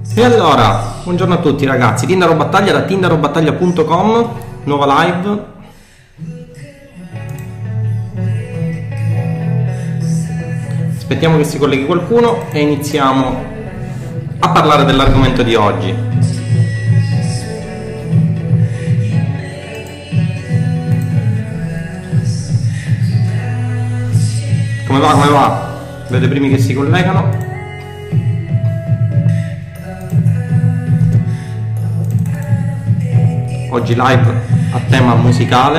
E allora, buongiorno a tutti ragazzi, Tindaro Battaglia da tindarobattaglia.com, nuova live. Aspettiamo che si colleghi qualcuno e iniziamo a parlare dell'argomento di oggi. Come va? Come va? Vedo i primi che si collegano. Oggi live a tema musicale.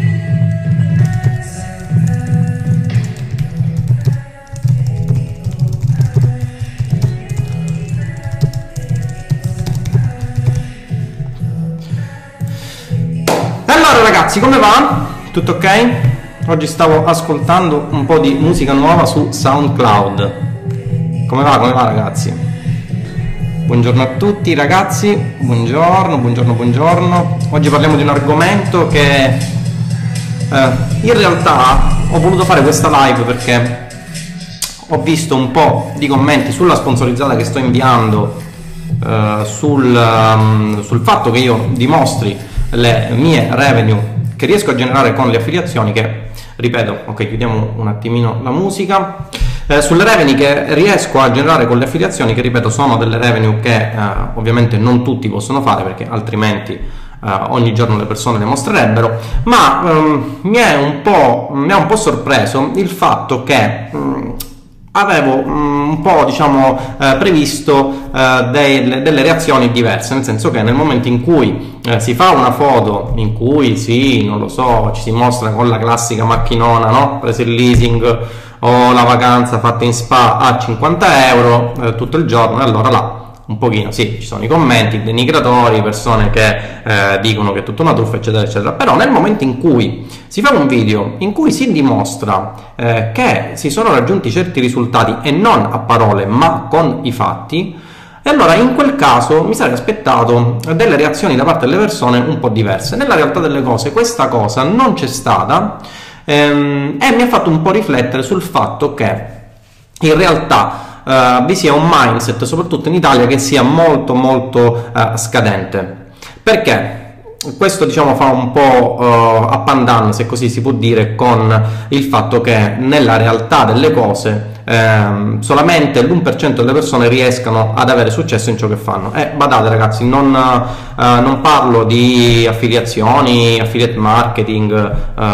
Allora ragazzi, come va? Tutto ok? Oggi stavo ascoltando un po' di musica nuova su SoundCloud. Come va? Come va ragazzi? Buongiorno a tutti ragazzi, buongiorno. Oggi parliamo di un argomento che in realtà ho voluto fare questa live perché ho visto un po' di commenti sulla sponsorizzata che sto inviando, sul fatto che io dimostri le mie revenue che riesco a generare con le affiliazioni, che ripeto, ok, chiudiamo un attimino la musica. Sulle revenue che riesco a generare con le affiliazioni, che ripeto sono delle revenue che ovviamente non tutti possono fare perché altrimenti ogni giorno le persone le mostrerebbero, ma mi ha un po' sorpreso il fatto che avevo un po' diciamo previsto delle reazioni diverse, nel senso che nel momento in cui si fa una foto in cui non lo so, ci si mostra con la classica macchinona, no? Presa in leasing, o la vacanza fatta in spa a 50 euro tutto il giorno, e allora là un pochino sì, ci sono i commenti denigratori, persone che dicono che è tutta una truffa eccetera eccetera. Però nel momento in cui si fa un video in cui si dimostra che si sono raggiunti certi risultati, e non a parole ma con i fatti, e allora in quel caso mi sarei aspettato delle reazioni da parte delle persone un po' diverse. Nella realtà delle cose questa cosa non c'è stata, e mi ha fatto un po' riflettere sul fatto che in realtà vi sia un mindset, soprattutto in Italia, che sia molto scadente. Perché? Questo diciamo fa un po' a pandan, se così si può dire, con il fatto che nella realtà delle cose solamente l'1% delle persone riescano ad avere successo in ciò che fanno. E badate ragazzi, non parlo di affiliazioni, affiliate marketing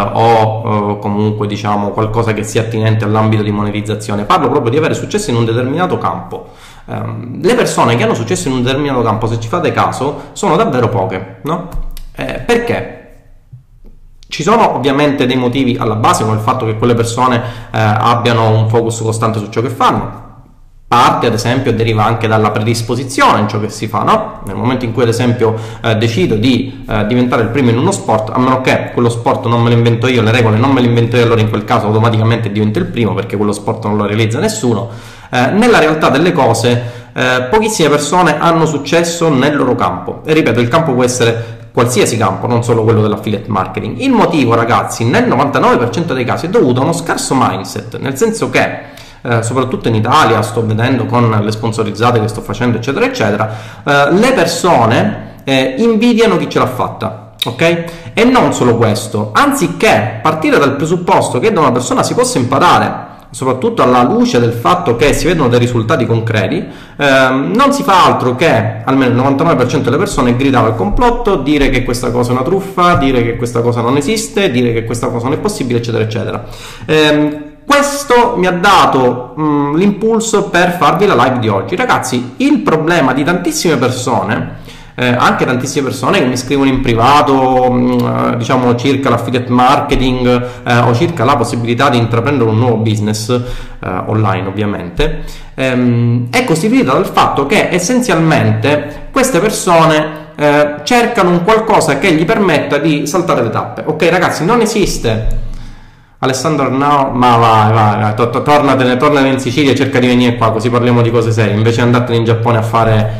o comunque diciamo qualcosa che sia attinente all'ambito di monetizzazione, parlo proprio di avere successo in un determinato campo. Le persone che hanno successo in un determinato campo, se ci fate caso, sono davvero poche, no? Perché? Ci sono ovviamente dei motivi alla base, come il fatto che quelle persone abbiano un focus costante su ciò che fanno. Parte ad esempio deriva anche dalla predisposizione in ciò che si fa, no? Nel momento in cui ad esempio decido di diventare il primo in uno sport, a meno che quello sport non me lo invento io, le regole non me le invento io, allora in quel caso automaticamente divento il primo, perché quello sport non lo realizza nessuno. Nella realtà delle cose pochissime persone hanno successo nel loro campo, e ripeto, il campo può essere qualsiasi campo, non solo quello dell'affiliate marketing. Il motivo ragazzi nel 99% dei casi è dovuto a uno scarso mindset, nel senso che soprattutto in Italia, sto vedendo con le sponsorizzate che sto facendo eccetera eccetera, le persone invidiano chi ce l'ha fatta, ok? E non solo questo, anziché partire dal presupposto che da una persona si possa imparare, soprattutto alla luce del fatto che si vedono dei risultati concreti, non si fa altro che, almeno il 99% delle persone, gridare al complotto, dire che questa cosa è una truffa, dire che questa cosa non esiste, dire che questa cosa non è possibile eccetera eccetera. Questo mi ha dato l'impulso per farvi la live di oggi. Ragazzi, il problema di tantissime persone, anche tantissime persone che mi scrivono in privato diciamo circa l'affiliate marketing o circa la possibilità di intraprendere un nuovo business online ovviamente, è costituita dal fatto che essenzialmente queste persone cercano un qualcosa che gli permetta di saltare le tappe. Ok ragazzi, non esiste Alessandro Arnao, ma vai, tornatene in Sicilia e cerca di venire qua, così parliamo di cose serie, invece di andartene in Giappone a fare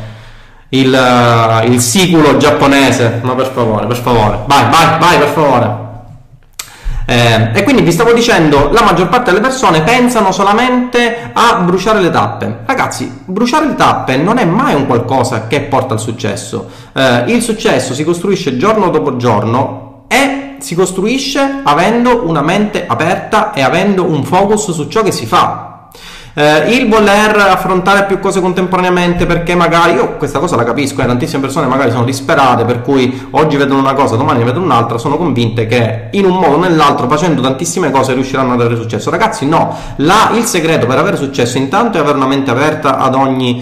il siculo giapponese. Ma per favore, vai, per favore. E quindi vi stavo dicendo, la maggior parte delle persone pensano solamente a bruciare le tappe. Ragazzi, bruciare le tappe non è mai un qualcosa che porta al successo. Il successo si costruisce giorno dopo giorno e si costruisce avendo una mente aperta e avendo un focus su ciò che si fa. Il voler affrontare più cose contemporaneamente, perché magari, io questa cosa la capisco, tantissime persone magari sono disperate, per cui oggi vedono una cosa, domani ne vedono un'altra, sono convinte che in un modo o nell'altro, facendo tantissime cose, riusciranno ad avere successo. Ragazzi, no, il segreto per avere successo intanto è avere una mente aperta ad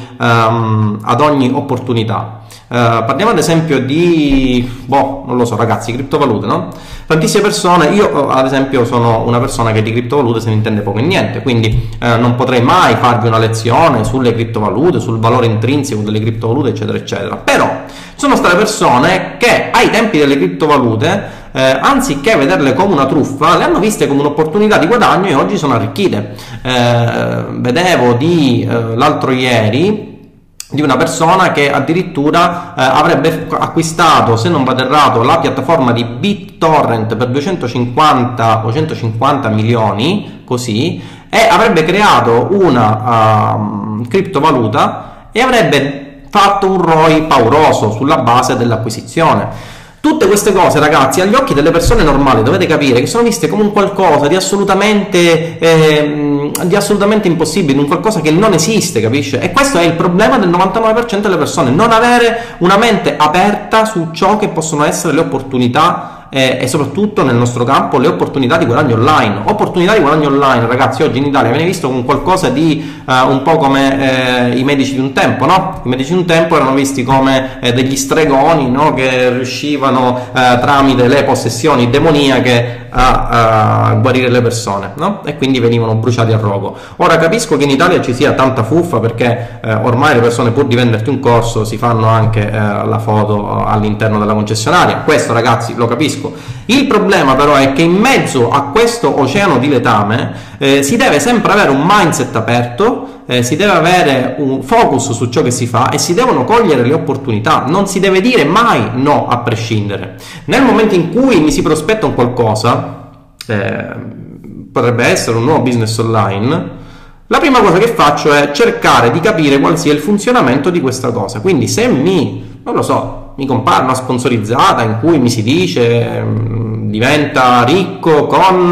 ogni opportunità. Parliamo ad esempio di, non lo so ragazzi, criptovalute, no? Tantissime persone, io ad esempio sono una persona che di criptovalute se ne intende poco e niente, quindi non potrei mai farvi una lezione sulle criptovalute, sul valore intrinseco delle criptovalute, eccetera eccetera. Però sono state persone che ai tempi delle criptovalute anziché vederle come una truffa, le hanno viste come un'opportunità di guadagno e oggi sono arricchite. Vedevo l'altro ieri di una persona che addirittura avrebbe acquistato, se non vado errato, la piattaforma di BitTorrent per 250 o 150 milioni, così, e avrebbe creato una criptovaluta e avrebbe fatto un ROI pauroso sulla base dell'acquisizione. Tutte queste cose, ragazzi, agli occhi delle persone normali dovete capire che sono viste come un qualcosa di assolutamente impossibile, un qualcosa che non esiste, capisce? E questo è il problema del 99% delle persone, non avere una mente aperta su ciò che possono essere le opportunità e soprattutto nel nostro campo le opportunità di guadagno online. Opportunità di guadagno online, ragazzi, oggi in Italia viene visto come qualcosa di un po' come i medici di un tempo, no? I medici di un tempo erano visti come degli stregoni, no? Che riuscivano tramite le possessioni demoniache a guarire le persone, no? E quindi venivano bruciati a rogo. Ora capisco che in Italia ci sia tanta fuffa perché ormai le persone, pur di venderti un corso, si fanno anche la foto all'interno della concessionaria. Questo, ragazzi, lo capisco. Il problema però è che in mezzo a questo oceano di letame si deve sempre avere un mindset aperto, si deve avere un focus su ciò che si fa e si devono cogliere le opportunità, non si deve dire mai no a prescindere. Nel momento in cui mi si prospetta un qualcosa, potrebbe essere un nuovo business online, la prima cosa che faccio è cercare di capire qual sia il funzionamento di questa cosa. Quindi se non lo so, mi compare una sponsorizzata in cui mi si dice diventa ricco con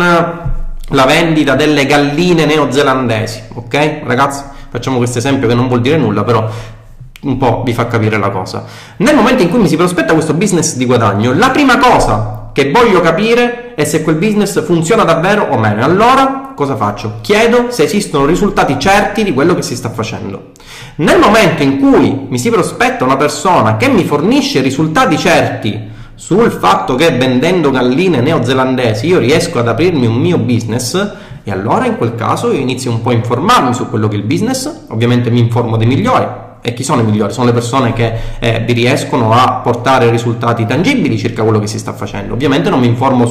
la vendita delle galline neozelandesi, ok ragazzi? Facciamo questo esempio che non vuol dire nulla, però un po' vi fa capire la cosa. Nel momento in cui mi si prospetta questo business di guadagno, la prima cosa che voglio capire è se quel business funziona davvero o meno. Allora cosa faccio? Chiedo se esistono risultati certi di quello che si sta facendo. Nel momento in cui mi si prospetta una persona che mi fornisce risultati certi sul fatto che vendendo galline neozelandesi io riesco ad aprirmi un mio business, e allora in quel caso io inizio un po' a informarmi su quello che è il business, ovviamente mi informo dei migliori. E chi sono i migliori? Sono le persone che vi riescono a portare risultati tangibili circa quello che si sta facendo. Ovviamente non mi informo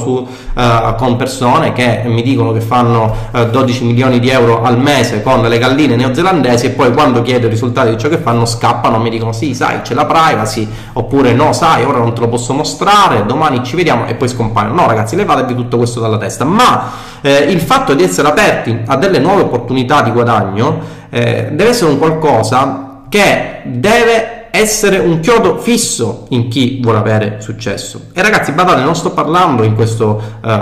con persone che mi dicono che fanno 12 milioni di euro al mese con le galline neozelandesi e poi quando chiedo i risultati di ciò che fanno scappano, mi dicono sì, sai, c'è la privacy, oppure no, sai, ora non te lo posso mostrare, domani ci vediamo, e poi scompaiono. No ragazzi, levatevi tutto questo dalla testa, ma il fatto di essere aperti a delle nuove opportunità di guadagno deve essere un qualcosa che deve essere un chiodo fisso in chi vuole avere successo. E ragazzi, badate, non sto parlando in questa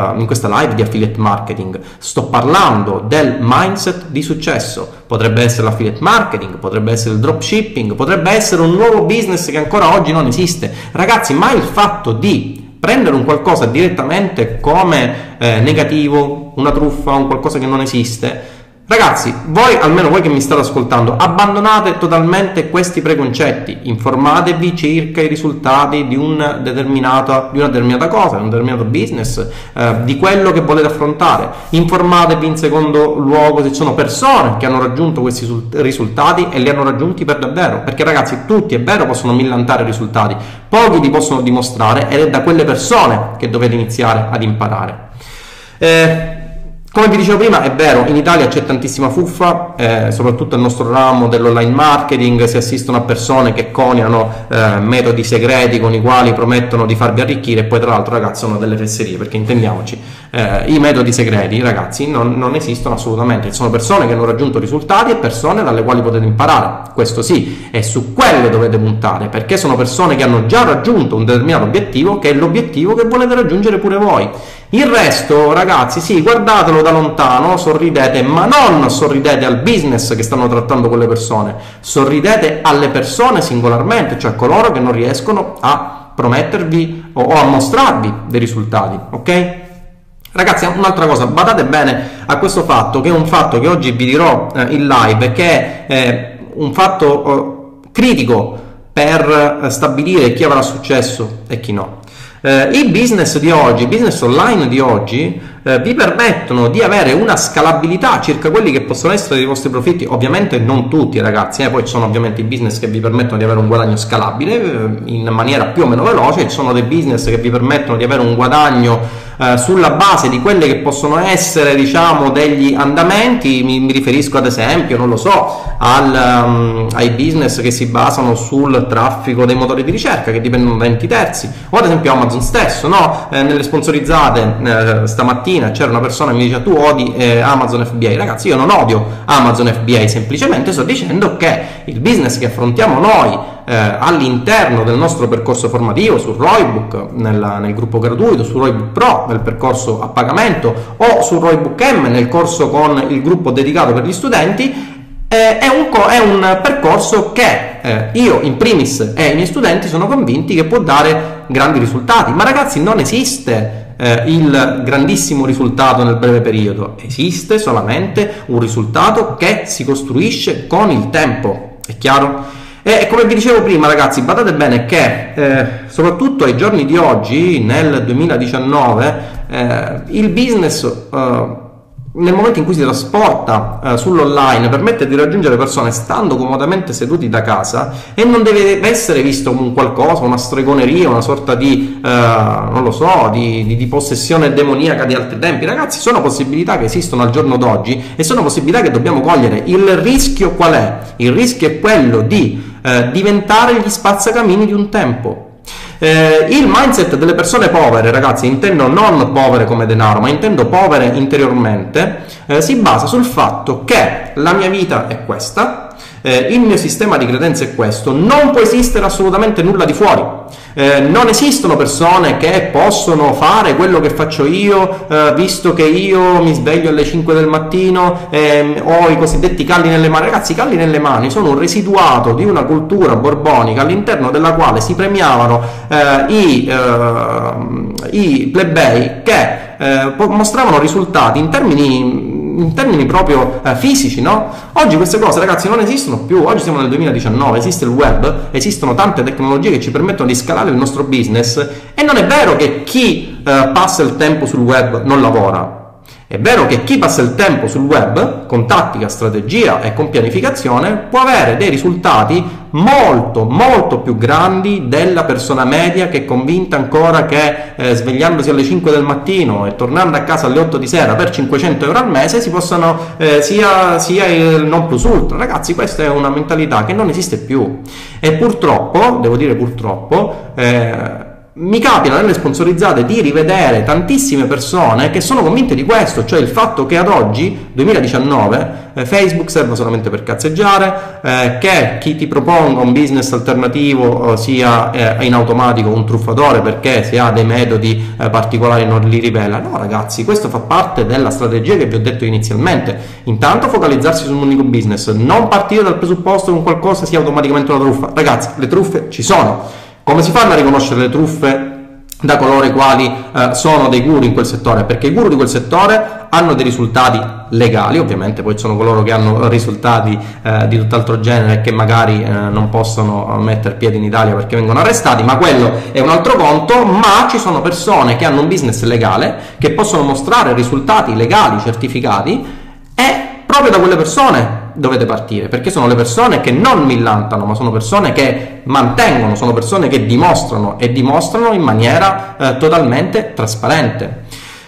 live di affiliate marketing, sto parlando del mindset di successo. Potrebbe essere l'affiliate marketing, potrebbe essere il dropshipping, potrebbe essere un nuovo business che ancora oggi non esiste. Ragazzi, ma il fatto di prendere un qualcosa direttamente come negativo, una truffa, un qualcosa che non esiste, ragazzi, voi, almeno voi che mi state ascoltando, abbandonate totalmente questi preconcetti, informatevi circa i risultati di una determinata cosa, di un determinato business, di quello che volete affrontare. Informatevi in secondo luogo se ci sono persone che hanno raggiunto questi risultati e li hanno raggiunti per davvero, perché ragazzi, tutti, è vero, possono millantare risultati, pochi li possono dimostrare ed è da quelle persone che dovete iniziare ad imparare. Come vi dicevo prima, è vero, in Italia c'è tantissima fuffa, soprattutto nel nostro ramo dell'online marketing, si assistono a persone che coniano metodi segreti con i quali promettono di farvi arricchire, e poi tra l'altro, ragazzi, sono delle fesserie, perché intendiamoci, i metodi segreti, ragazzi, non esistono assolutamente, sono persone che hanno raggiunto risultati e persone dalle quali potete imparare, questo sì, e su quelle dovete puntare, perché sono persone che hanno già raggiunto un determinato obiettivo, che è l'obiettivo che volete raggiungere pure voi. Il resto, ragazzi, sì, guardatelo da lontano, sorridete, ma non sorridete al business che stanno trattando quelle persone, sorridete alle persone singolarmente, cioè coloro che non riescono a promettervi o a mostrarvi dei risultati, ok? Ragazzi, un'altra cosa, badate bene a questo fatto, che è un fatto che oggi vi dirò in live, che è un fatto critico per stabilire chi avrà successo e chi no. I business di oggi, i business online di oggi vi permettono di avere una scalabilità circa quelli che possono essere i vostri profitti, ovviamente non tutti, ragazzi, poi ci sono ovviamente i business che vi permettono di avere un guadagno scalabile in maniera più o meno veloce, ci sono dei business che vi permettono di avere un guadagno sulla base di quelle che possono essere, diciamo, degli andamenti. Mi riferisco ad esempio, non lo so, ai business che si basano sul traffico dei motori di ricerca, che dipendono da enti terzi, o ad esempio Amazon stesso, no? Nelle sponsorizzate stamattina c'era una persona che mi diceva: tu odi Amazon FBA. Ragazzi, io non odio Amazon FBA, semplicemente sto dicendo che il business che affrontiamo noi all'interno del nostro percorso formativo sul Roybook, nel gruppo gratuito, sul Roybook Pro nel percorso a pagamento, o sul Roybook M nel corso con il gruppo dedicato per gli studenti, è un percorso che io in primis e i miei studenti sono convinti che può dare grandi risultati. Ma ragazzi, non esiste il grandissimo risultato nel breve periodo, esiste solamente un risultato che si costruisce con il tempo, è chiaro? E come vi dicevo prima, ragazzi, badate bene che soprattutto ai giorni di oggi, nel 2019, il business nel momento in cui si trasporta sull'online permette di raggiungere persone stando comodamente seduti da casa, e non deve essere visto come un qualcosa, una stregoneria, una sorta di non lo so, di possessione demoniaca di altri tempi. Ragazzi, sono possibilità che esistono al giorno d'oggi e sono possibilità che dobbiamo cogliere. Il rischio qual è? Il rischio è quello di diventare gli spazzacamini di un tempo. Il mindset delle persone povere, ragazzi, intendo non povere come denaro, ma intendo povere interiormente, si basa sul fatto che la mia vita è questa, il mio sistema di credenze è questo, non può esistere assolutamente nulla di fuori. Non esistono persone che possono fare quello che faccio io, visto che io mi sveglio alle 5 del mattino, ho i cosiddetti calli nelle mani. Ragazzi, i calli nelle mani sono un residuato di una cultura borbonica all'interno della quale si premiavano i plebei che mostravano risultati in termini proprio fisici, no? Oggi queste cose, ragazzi, non esistono più. Oggi siamo nel 2019, esiste il web, esistono tante tecnologie che ci permettono di scalare il nostro business, e non è vero che chi passa il tempo sul web non lavora. È vero che chi passa il tempo sul web con tattica, strategia e con pianificazione può avere dei risultati molto molto più grandi della persona media che è convinta ancora che svegliandosi alle 5 del mattino e tornando a casa alle 8 di sera per 500 euro al mese si possano sia il non plus ultra. Ragazzi, questa è una mentalità che non esiste più, e purtroppo, devo dire purtroppo, mi capita nelle sponsorizzate di rivedere tantissime persone che sono convinte di questo, cioè il fatto che ad oggi, 2019, Facebook serve solamente per cazzeggiare, che chi ti proponga un business alternativo sia in automatico un truffatore perché se ha dei metodi particolari non li rivela. No, ragazzi, questo fa parte della strategia che vi ho detto inizialmente. Intanto focalizzarsi su un unico business, non partire dal presupposto che un qualcosa sia automaticamente una truffa. Ragazzi, le truffe ci sono. Come si fanno a riconoscere le truffe da coloro i quali sono dei guru in quel settore? Perché i guru di quel settore hanno dei risultati legali, ovviamente poi ci sono coloro che hanno risultati di tutt'altro genere e che magari non possono mettere piede in Italia perché vengono arrestati, ma quello è un altro conto. Ma ci sono persone che hanno un business legale, che possono mostrare risultati legali certificati, e proprio da quelle persone dovete partire, perché sono le persone che non millantano, ma sono persone che mantengono, sono persone che dimostrano, e dimostrano in maniera totalmente trasparente.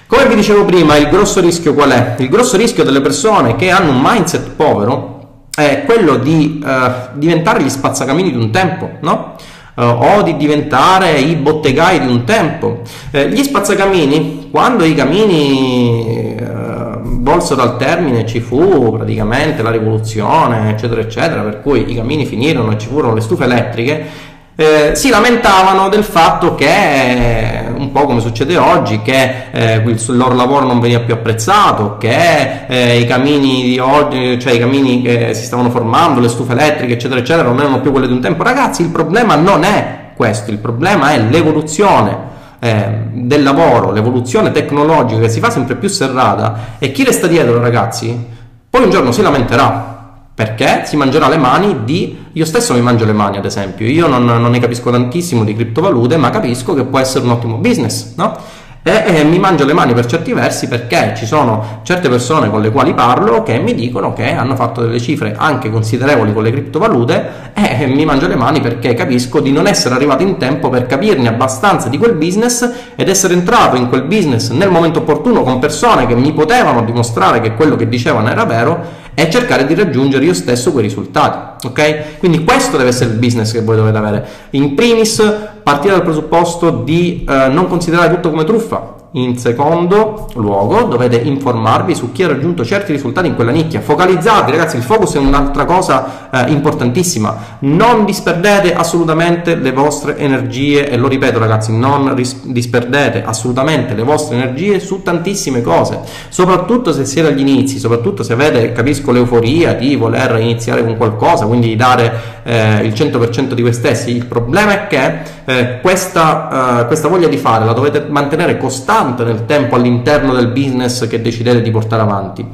Come vi dicevo prima, il grosso rischio qual è? Il grosso rischio delle persone che hanno un mindset povero è quello di diventare gli spazzacamini di un tempo, no? O di diventare i bottegai di un tempo. Gli spazzacamini, quando i camini volsero al termine, ci fu praticamente la rivoluzione, eccetera eccetera, per cui i camini finirono e ci furono le stufe elettriche, si lamentavano del fatto che, un po' come succede oggi, che il loro lavoro non veniva più apprezzato, che i camini di oggi, cioè i camini che si stavano formando, le stufe elettriche, eccetera eccetera, non erano più quelle di un tempo. Ragazzi, il problema non è questo, il problema è l'evoluzione del lavoro, l'evoluzione tecnologica che si fa sempre più serrata, e chi resta dietro, ragazzi, poi un giorno si lamenterà, perché si mangerà le mani di... Io stesso mi mangio le mani, ad esempio, io non ne capisco tantissimo di criptovalute, ma capisco che può essere un ottimo business, no? E mi mangio le mani per certi versi, perché ci sono certe persone con le quali parlo che mi dicono che hanno fatto delle cifre anche considerevoli con le criptovalute, e mi mangio le mani perché capisco di non essere arrivato in tempo per capirne abbastanza di quel business ed essere entrato in quel business nel momento opportuno con persone che mi potevano dimostrare che quello che dicevano era vero, e cercare di raggiungere io stesso quei risultati, ok? Quindi questo deve essere il business che voi dovete avere. In primis, partire dal presupposto di non considerare tutto come truffa. In secondo luogo, dovete informarvi su chi ha raggiunto certi risultati in quella nicchia. Focalizzatevi, ragazzi, il focus è un'altra cosa importantissima. Non disperdete assolutamente le vostre energie, e lo ripeto, ragazzi, non disperdete assolutamente le vostre energie su tantissime cose, soprattutto se siete agli inizi, soprattutto se avete, capisco, l'euforia di voler iniziare con qualcosa, quindi di dare il 100% di voi stessi. Il problema è che questa voglia di fare la dovete mantenere costante nel tempo all'interno del business che decidete di portare avanti,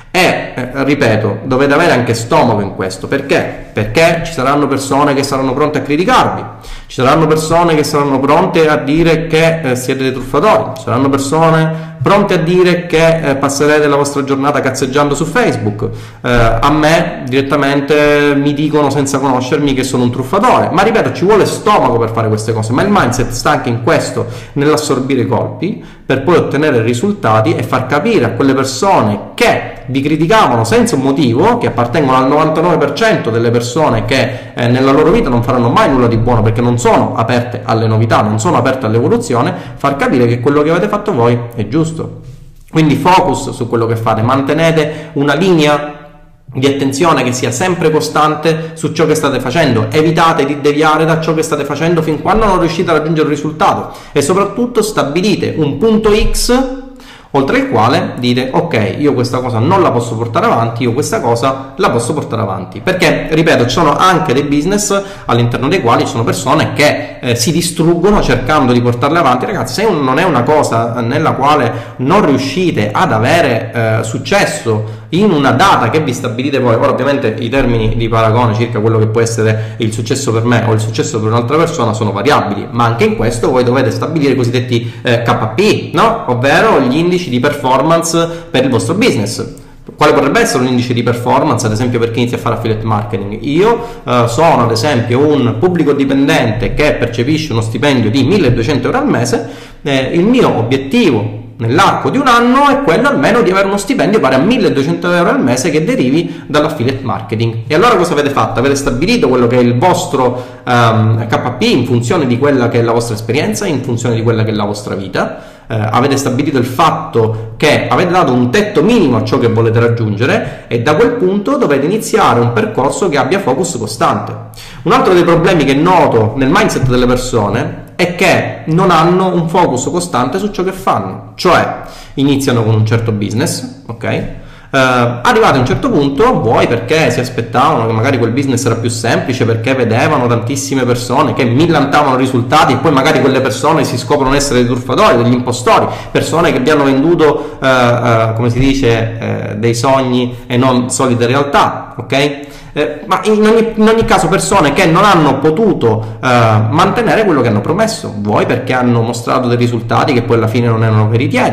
e ripeto, dovete avere anche stomaco in questo. Perché ci saranno persone che saranno pronte a criticarvi, ci saranno persone che saranno pronte a dire che siete dei truffatori, ci saranno persone pronte a dire che passerete la vostra giornata cazzeggiando su Facebook. A me direttamente mi dicono, senza conoscermi, che sono un truffatore, ma ripeto, ci vuole stomaco per fare queste cose. Ma il mindset sta anche in questo, nell'assorbire i colpi per poi ottenere risultati e far capire a quelle persone che vi criticavano senza un motivo, che appartengono al 99% delle persone che nella loro vita non faranno mai nulla di buono perché non sono aperte alle novità, non sono aperte all'evoluzione, far capire che quello che avete fatto voi è giusto. Quindi focus su quello che fate, mantenete una linea di attenzione che sia sempre costante su ciò che state facendo, evitate di deviare da ciò che state facendo fin quando non riuscite a raggiungere un risultato, e soprattutto stabilite un punto X oltre il quale dite: ok, io questa cosa non la posso portare avanti, io questa cosa la posso portare avanti. Perché, ripeto, ci sono anche dei business all'interno dei quali ci sono persone che si distruggono cercando di portarle avanti. Ragazzi, se non è una cosa nella quale non riuscite ad avere successo in una data che vi stabilite voi, ora ovviamente i termini di paragone circa quello che può essere il successo per me o il successo per un'altra persona sono variabili, ma anche in questo voi dovete stabilire i cosiddetti KP, no? Ovvero gli indici di performance per il vostro business. Quale potrebbe essere un indice di performance, ad esempio, per chi inizia a fare affiliate marketing? Io sono, ad esempio, un pubblico dipendente che percepisce uno stipendio di 1.200 euro al mese. Il mio obiettivo nell'arco di un anno è quello almeno di avere uno stipendio pari a 1.200 euro al mese che derivi dall'affiliate marketing. E allora cosa avete fatto? Avete stabilito quello che è il vostro KP in funzione di quella che è la vostra esperienza, in funzione di quella che è la vostra vita. Avete stabilito il fatto che avete dato un tetto minimo a ciò che volete raggiungere, e da quel punto dovete iniziare un percorso che abbia focus costante. Un altro dei problemi che noto nel mindset delle persone è che non hanno un focus costante su ciò che fanno, cioè iniziano con un certo business, ok? Arrivati a un certo punto, vuoi perché si aspettavano che magari quel business era più semplice, perché vedevano tantissime persone che millantavano risultati, e poi magari quelle persone si scoprono essere dei truffatori, degli impostori, persone che vi hanno venduto come si dice dei sogni e non solide realtà, ok? Ma in ogni caso persone che non hanno potuto mantenere quello che hanno promesso, vuoi perché hanno mostrato dei risultati che poi alla fine non erano veritieri,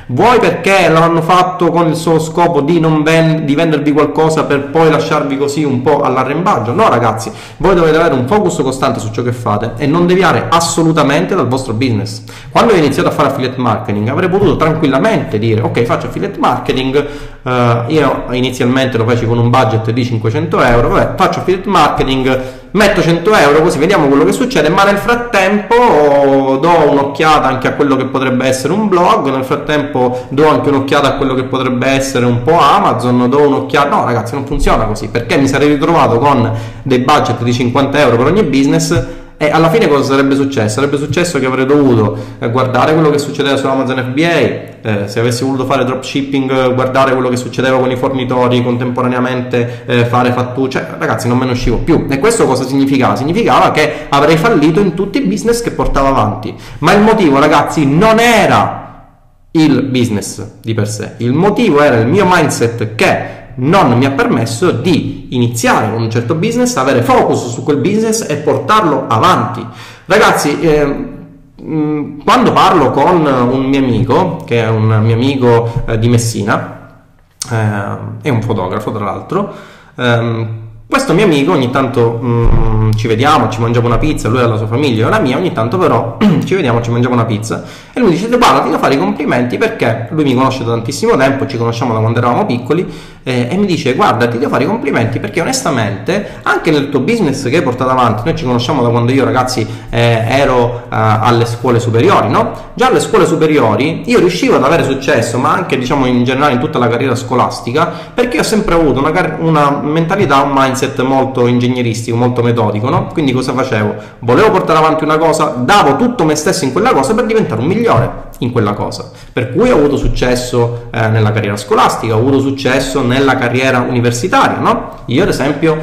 Vuoi perché lo hanno fatto con il solo scopo di non di vendervi qualcosa per poi lasciarvi così un po' all'arrembaggio? No ragazzi, voi dovete avere un focus costante su ciò che fate e non deviare assolutamente dal vostro business. Quando ho iniziato a fare affiliate marketing avrei potuto tranquillamente dire ok, faccio affiliate marketing, io inizialmente lo feci con un budget di 500 euro, vabbè, faccio affiliate marketing, metto 100 euro così vediamo quello che succede, ma nel frattempo do un'occhiata anche a quello che potrebbe essere un blog, nel frattempo do anche un'occhiata a quello che potrebbe essere un po' Amazon, do un'occhiata. No ragazzi, non funziona così, perché mi sarei ritrovato con dei budget di 50 euro per ogni business. E alla fine cosa sarebbe successo? Sarebbe successo che avrei dovuto guardare quello che succedeva su Amazon FBA, se avessi voluto fare dropshipping, guardare quello che succedeva con i fornitori, contemporaneamente fare fatture, cioè ragazzi non me ne uscivo più. E questo cosa significava? Significava che avrei fallito in tutti i business che portavo avanti. Ma il motivo ragazzi non era il business di per sé, il motivo era il mio mindset che non mi ha permesso di iniziare con un certo business, avere focus su quel business e portarlo avanti. Ragazzi, quando parlo con un mio amico, che è un mio amico di Messina, è un fotografo tra l'altro, questo mio amico ogni tanto ci vediamo, ci mangiamo una pizza, lui ha la sua famiglia e la mia, ogni tanto però ci vediamo, ci mangiamo una pizza e lui dice guarda, ti devo fare i complimenti perché lui mi conosce da tantissimo tempo, ci conosciamo da quando eravamo piccoli e mi dice guarda, ti devo fare i complimenti perché onestamente anche nel tuo business che hai portato avanti, noi ci conosciamo da quando io ragazzi ero alle scuole superiori, no? Già alle scuole superiori io riuscivo ad avere successo, ma anche diciamo in generale in tutta la carriera scolastica, perché ho sempre avuto una mentalità, un mindset molto ingegneristico, molto metodico, no? Quindi cosa facevo? Volevo portare avanti una cosa, davo tutto me stesso in quella cosa per diventare un migliore in quella cosa, per cui ho avuto successo nella carriera scolastica, ho avuto successo nella carriera universitaria, no? Io ad esempio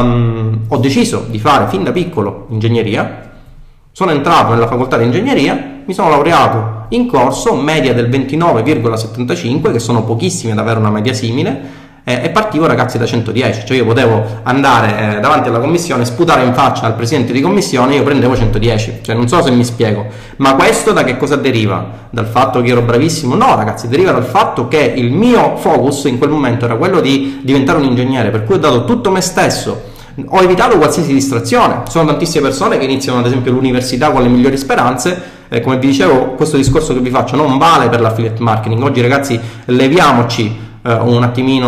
ho deciso di fare fin da piccolo ingegneria, sono entrato nella facoltà di ingegneria, mi sono laureato in corso, media del 29,75, che sono pochissimi ad avere una media simile, e partivo ragazzi da 110, cioè io potevo andare davanti alla commissione, sputare in faccia al presidente di commissione, io prendevo 110, cioè non so se mi spiego, ma questo da che cosa deriva? Dal fatto che ero bravissimo? No ragazzi, deriva dal fatto che il mio focus in quel momento era quello di diventare un ingegnere, per cui ho dato tutto me stesso, ho evitato qualsiasi distrazione. Sono tantissime persone che iniziano ad esempio l'università con le migliori speranze, come vi dicevo questo discorso che vi faccio non vale per l'affiliate marketing. Oggi ragazzi leviamoci un attimino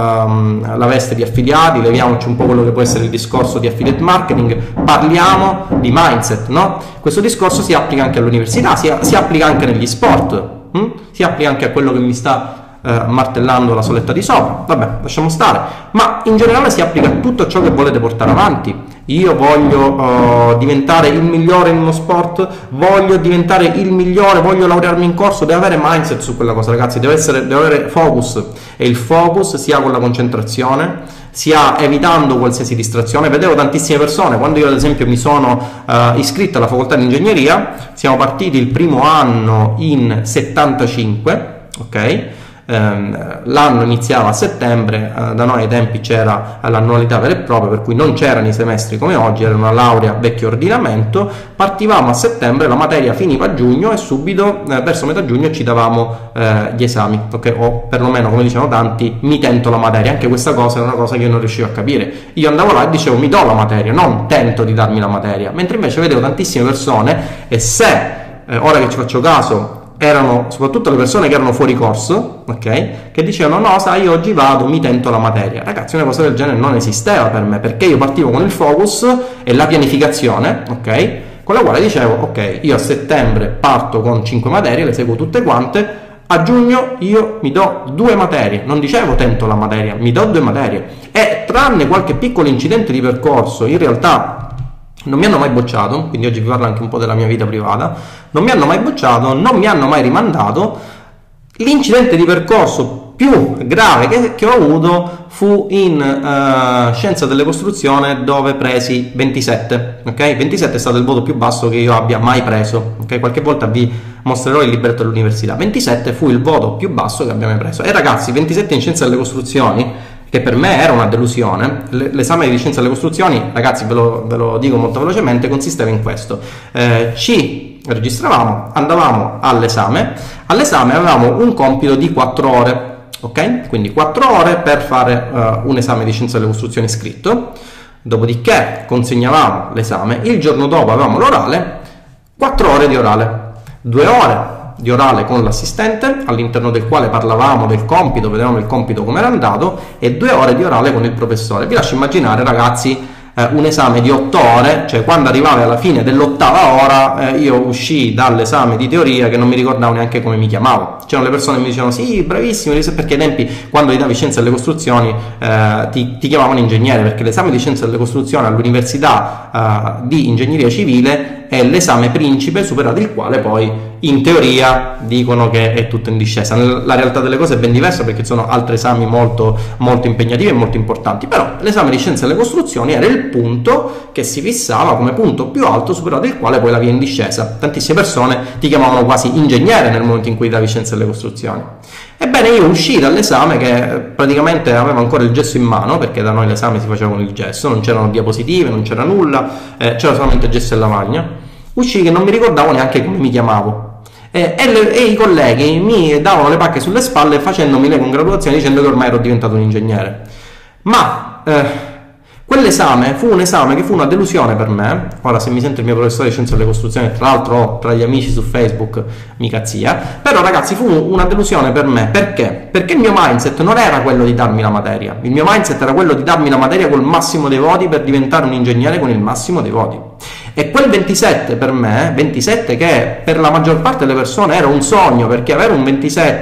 la veste di affiliati, leviamoci un po' quello che può essere il discorso di affiliate marketing, parliamo di mindset, no? Questo discorso si applica anche all'università, si applica anche negli sport, si applica anche a quello che mi sta martellando la soletta di sopra, vabbè, lasciamo stare, ma in generale si applica a tutto ciò che volete portare avanti. Io voglio diventare il migliore in uno sport, voglio diventare il migliore, voglio laurearmi in corso, devo avere mindset su quella cosa ragazzi, devo avere focus, e il focus si ha con la concentrazione, si ha evitando qualsiasi distrazione. Vedevo tantissime persone, quando io ad esempio mi sono iscritto alla facoltà di ingegneria, siamo partiti il primo anno in 75, ok? L'anno iniziava a settembre, da noi ai tempi c'era l'annualità vera e propria, per cui non c'erano i semestri come oggi, era una laurea vecchio ordinamento, partivamo a settembre, la materia finiva a giugno e subito verso metà giugno ci davamo gli esami, okay? O perlomeno come dicevano tanti, mi tento la materia. Anche questa cosa era una cosa che io non riuscivo a capire, io andavo là e dicevo mi do la materia, non tento di darmi la materia, mentre invece vedevo tantissime persone, e se ora che ci faccio caso erano soprattutto le persone che erano fuori corso, ok? Che dicevano no, sai, oggi vado, mi tento la materia. Ragazzi, una cosa del genere non esisteva per me, perché io partivo con il focus e la pianificazione, ok? Con la quale dicevo, ok, io a settembre parto con 5 materie, le seguo tutte quante, a giugno io mi do 2 materie, non dicevo tento la materia, mi do 2 materie. E tranne qualche piccolo incidente di percorso, in realtà non mi hanno mai bocciato, quindi oggi vi parlo anche un po' della mia vita privata, non mi hanno mai bocciato, non mi hanno mai rimandato. L'incidente di percorso più grave che ho avuto fu in scienza delle costruzioni, dove presi 27, ok? 27 è stato il voto più basso che io abbia mai preso, ok? Qualche volta vi mostrerò il libretto dell'università. 27 fu il voto più basso che abbia mai preso, e ragazzi 27 in scienza delle costruzioni, che per me era una delusione. L'esame di scienza delle costruzioni, ragazzi, ve lo dico molto velocemente, consisteva in questo: ci registravamo, andavamo all'esame avevamo un compito di 4 ore, ok? Quindi 4 ore per fare un esame di scienza delle costruzioni scritto, dopodiché consegnavamo l'esame, il giorno dopo avevamo l'orale, 4 ore di orale, 2 ore di orale con l'assistente all'interno del quale parlavamo del compito, vedevamo il compito come era andato, e 2 ore di orale con il professore. Vi lascio immaginare, ragazzi, un esame di 8 ore, cioè quando arrivavi alla fine dell'8ª ora io uscii dall'esame di teoria che non mi ricordavo neanche come mi chiamavo. C'erano le persone che mi dicevano sì, bravissimo, perché ai tempi quando gli davi scienze delle costruzioni ti chiamavano ingegnere, perché l'esame di scienze delle costruzioni all'università di ingegneria civile è l'esame principe, superato il quale poi in teoria dicono che è tutto in discesa. La realtà delle cose è ben diversa, perché sono altri esami molto, molto impegnativi e molto importanti, però l'esame di scienze delle costruzioni era il punto che si fissava come punto più alto, superato il quale poi la via in discesa. Tantissime persone ti chiamavano quasi ingegnere nel momento in cui davi scienze delle costruzioni. Ebbene, io uscii dall'esame che praticamente aveva ancora il gesso in mano, perché da noi l'esame si faceva con il gesso, non c'erano diapositive, non c'era nulla, c'era solamente gesso e lavagna. Uscii che non mi ricordavo neanche come mi chiamavo. E i colleghi mi davano le pacche sulle spalle facendomi le congratulazioni dicendo che ormai ero diventato un ingegnere. Ma quell'esame fu un esame che fu una delusione per me. Ora, se mi sente il mio professore di scienze delle costruzioni, tra l'altro ho tra gli amici su Facebook mica zia, però ragazzi fu una delusione per me. Perché? Perché il mio mindset non era quello di darmi la materia, il mio mindset era quello di darmi la materia col massimo dei voti per diventare un ingegnere con il massimo dei voti. E quel 27 per me, 27 che per la maggior parte delle persone era un sogno, perché avere un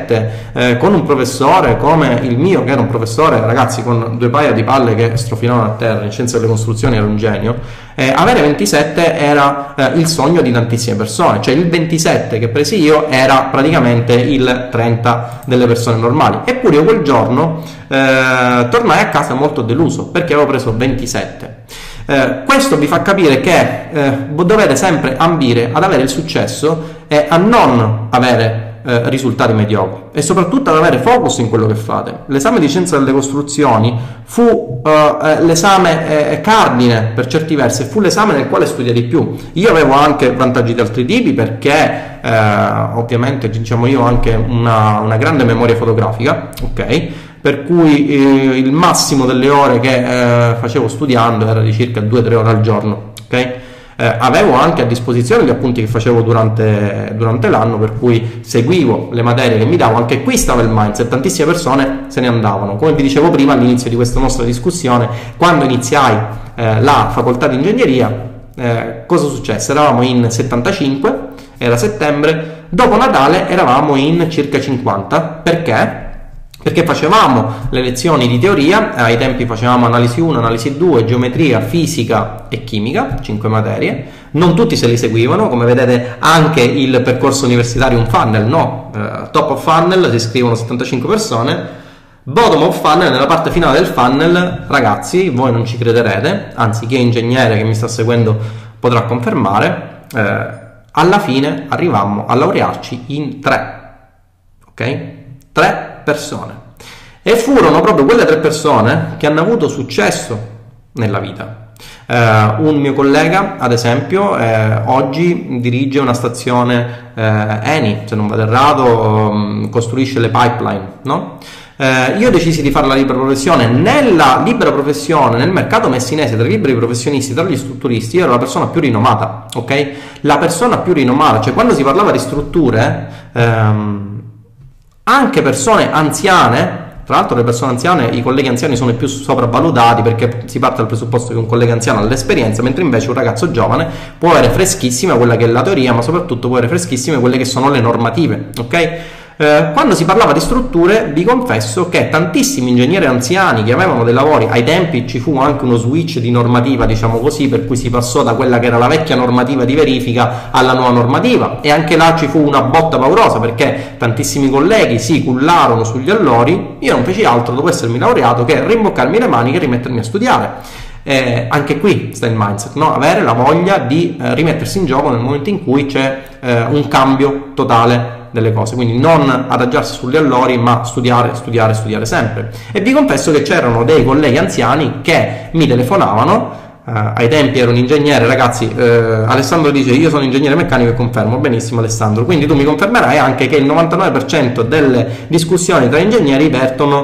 27 con un professore come il mio, che era un professore, ragazzi, con 2 paia di palle che strofinavano a terra, in scienze delle costruzioni era un genio, avere 27 era il sogno di tantissime persone, cioè il 27 che presi io era praticamente il 30 delle persone normali. Eppure io quel giorno tornai a casa molto deluso, perché avevo preso 27. Questo vi fa capire che dovete sempre ambire ad avere il successo e a non avere risultati mediocri, e soprattutto ad avere focus in quello che fate. L'esame di scienza delle costruzioni fu l'esame cardine per certi versi, fu l'esame nel quale studiai di più. Io avevo anche vantaggi di altri tipi, perché ovviamente, diciamo, io ho anche una grande memoria fotografica, ok? Per cui il massimo delle ore che facevo studiando era di circa 2-3 ore al giorno, ok? Avevo anche a disposizione gli appunti che facevo durante l'anno, per cui seguivo le materie che mi davo. Anche qui stava il mindset, tantissime persone se ne andavano. Come vi dicevo prima all'inizio di questa nostra discussione, quando iniziai la facoltà di ingegneria, cosa successe? Eravamo in 75, era settembre, dopo Natale eravamo in circa 50. Perché? Perché facevamo le lezioni di teoria, ai tempi facevamo analisi 1, analisi 2, geometria, fisica e chimica, 5 materie. Non tutti se li seguivano, come vedete anche il percorso universitario un funnel, no? Top of funnel si iscrivono 75 persone, bottom of funnel, nella parte finale del funnel, ragazzi, voi non ci crederete, anzi chi è ingegnere che mi sta seguendo potrà confermare, alla fine arrivammo a laurearci in 3, ok? 3 persone, e furono proprio quelle 3 persone che hanno avuto successo nella vita. Un mio collega, ad esempio, oggi dirige una stazione Eni, se non vado errato, costruisce le pipeline, no? Io decisi di fare la libera professione. Nella libera professione, nel mercato messinese tra i liberi professionisti, tra gli strutturisti, io ero la persona più rinomata, ok? La persona più rinomata, cioè quando si parlava di strutture, anche persone anziane, tra l'altro le persone anziane, i colleghi anziani sono i più sopravvalutati, perché si parte dal presupposto che un collega anziano ha l'esperienza, mentre invece un ragazzo giovane può avere freschissima quella che è la teoria, ma soprattutto può avere freschissime quelle che sono le normative, ok? Quando si parlava di strutture, vi confesso che tantissimi ingegneri anziani che avevano dei lavori, ai tempi ci fu anche uno switch di normativa, diciamo così, per cui si passò da quella che era la vecchia normativa di verifica alla nuova normativa, e anche là ci fu una botta paurosa, perché tantissimi colleghi si cullarono sugli allori. Io non feci altro, dopo essermi laureato, che rimboccarmi le maniche e rimettermi a studiare. Anche qui sta il mindset, no? Avere la voglia di rimettersi in gioco nel momento in cui c'è un cambio totale delle cose, quindi non adagiarsi sugli allori, ma studiare sempre. E vi confesso che c'erano dei colleghi anziani che mi telefonavano ai tempi ero un ingegnere, ragazzi. Alessandro dice io sono ingegnere meccanico e confermo. Benissimo Alessandro, quindi tu mi confermerai anche che il 99% delle discussioni tra ingegneri vertono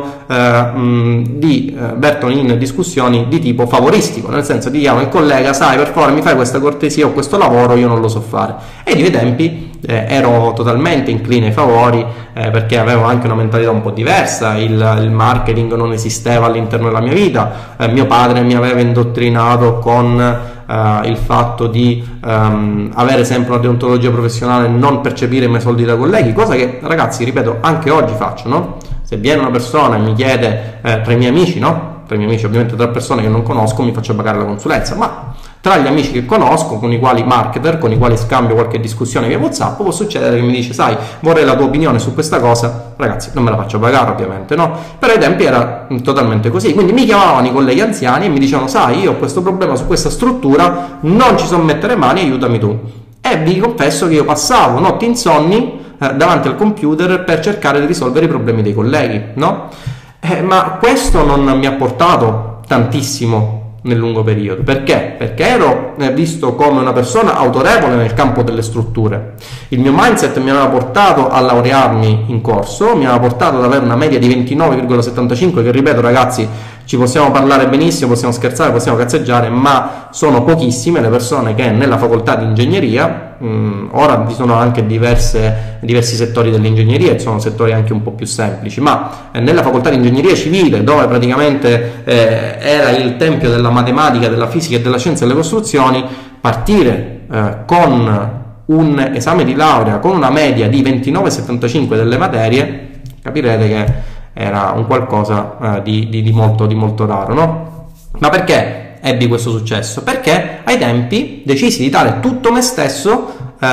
in discussioni di tipo favoristico, nel senso ti chiamo il collega, sai, per favore mi fai questa cortesia o questo lavoro, io non lo so fare. E io ai tempi ero totalmente incline ai favori, perché avevo anche una mentalità un po' diversa, il marketing non esisteva all'interno della mia vita, mio padre mi aveva indottrinato con il fatto di avere sempre una deontologia professionale, non percepire mai soldi da colleghi, cosa che, ragazzi, ripeto, anche oggi faccio, no? Se viene una persona e mi chiede tra i miei amici, no? Tra i miei amici, ovviamente tra persone che non conosco, mi faccio pagare la consulenza, ma tra gli amici che conosco, con i quali marketer, con i quali scambio qualche discussione via WhatsApp, può succedere che mi dice, sai, vorrei la tua opinione su questa cosa. Ragazzi, non me la faccio pagare ovviamente, no? Però ai tempi era totalmente così, quindi mi chiamavano i colleghi anziani e mi dicevano, sai, io ho questo problema su questa struttura, non ci so mettere mani, aiutami tu. E vi confesso che io passavo notti insonni davanti al computer per cercare di risolvere i problemi dei colleghi, no? Ma questo non mi ha portato tantissimo nel lungo periodo. Perché? Perché ero visto come una persona autorevole nel campo delle strutture. Il mio mindset mi aveva portato a laurearmi in corso, mi aveva portato ad avere una media di 29,75, che ripeto, ragazzi, ci possiamo parlare benissimo, possiamo scherzare, possiamo cazzeggiare, ma sono pochissime le persone che nella facoltà di ingegneria, ora vi sono anche diversi settori dell'ingegneria e sono settori anche un po' più semplici, ma nella facoltà di ingegneria civile, dove praticamente era il tempio della matematica, della fisica e della scienza delle costruzioni, partire con un esame di laurea con una media di 29,75 delle materie, capirete che era un qualcosa di molto raro, no? Ma perché ebbi questo successo? Perché ai tempi decisi di dare tutto me stesso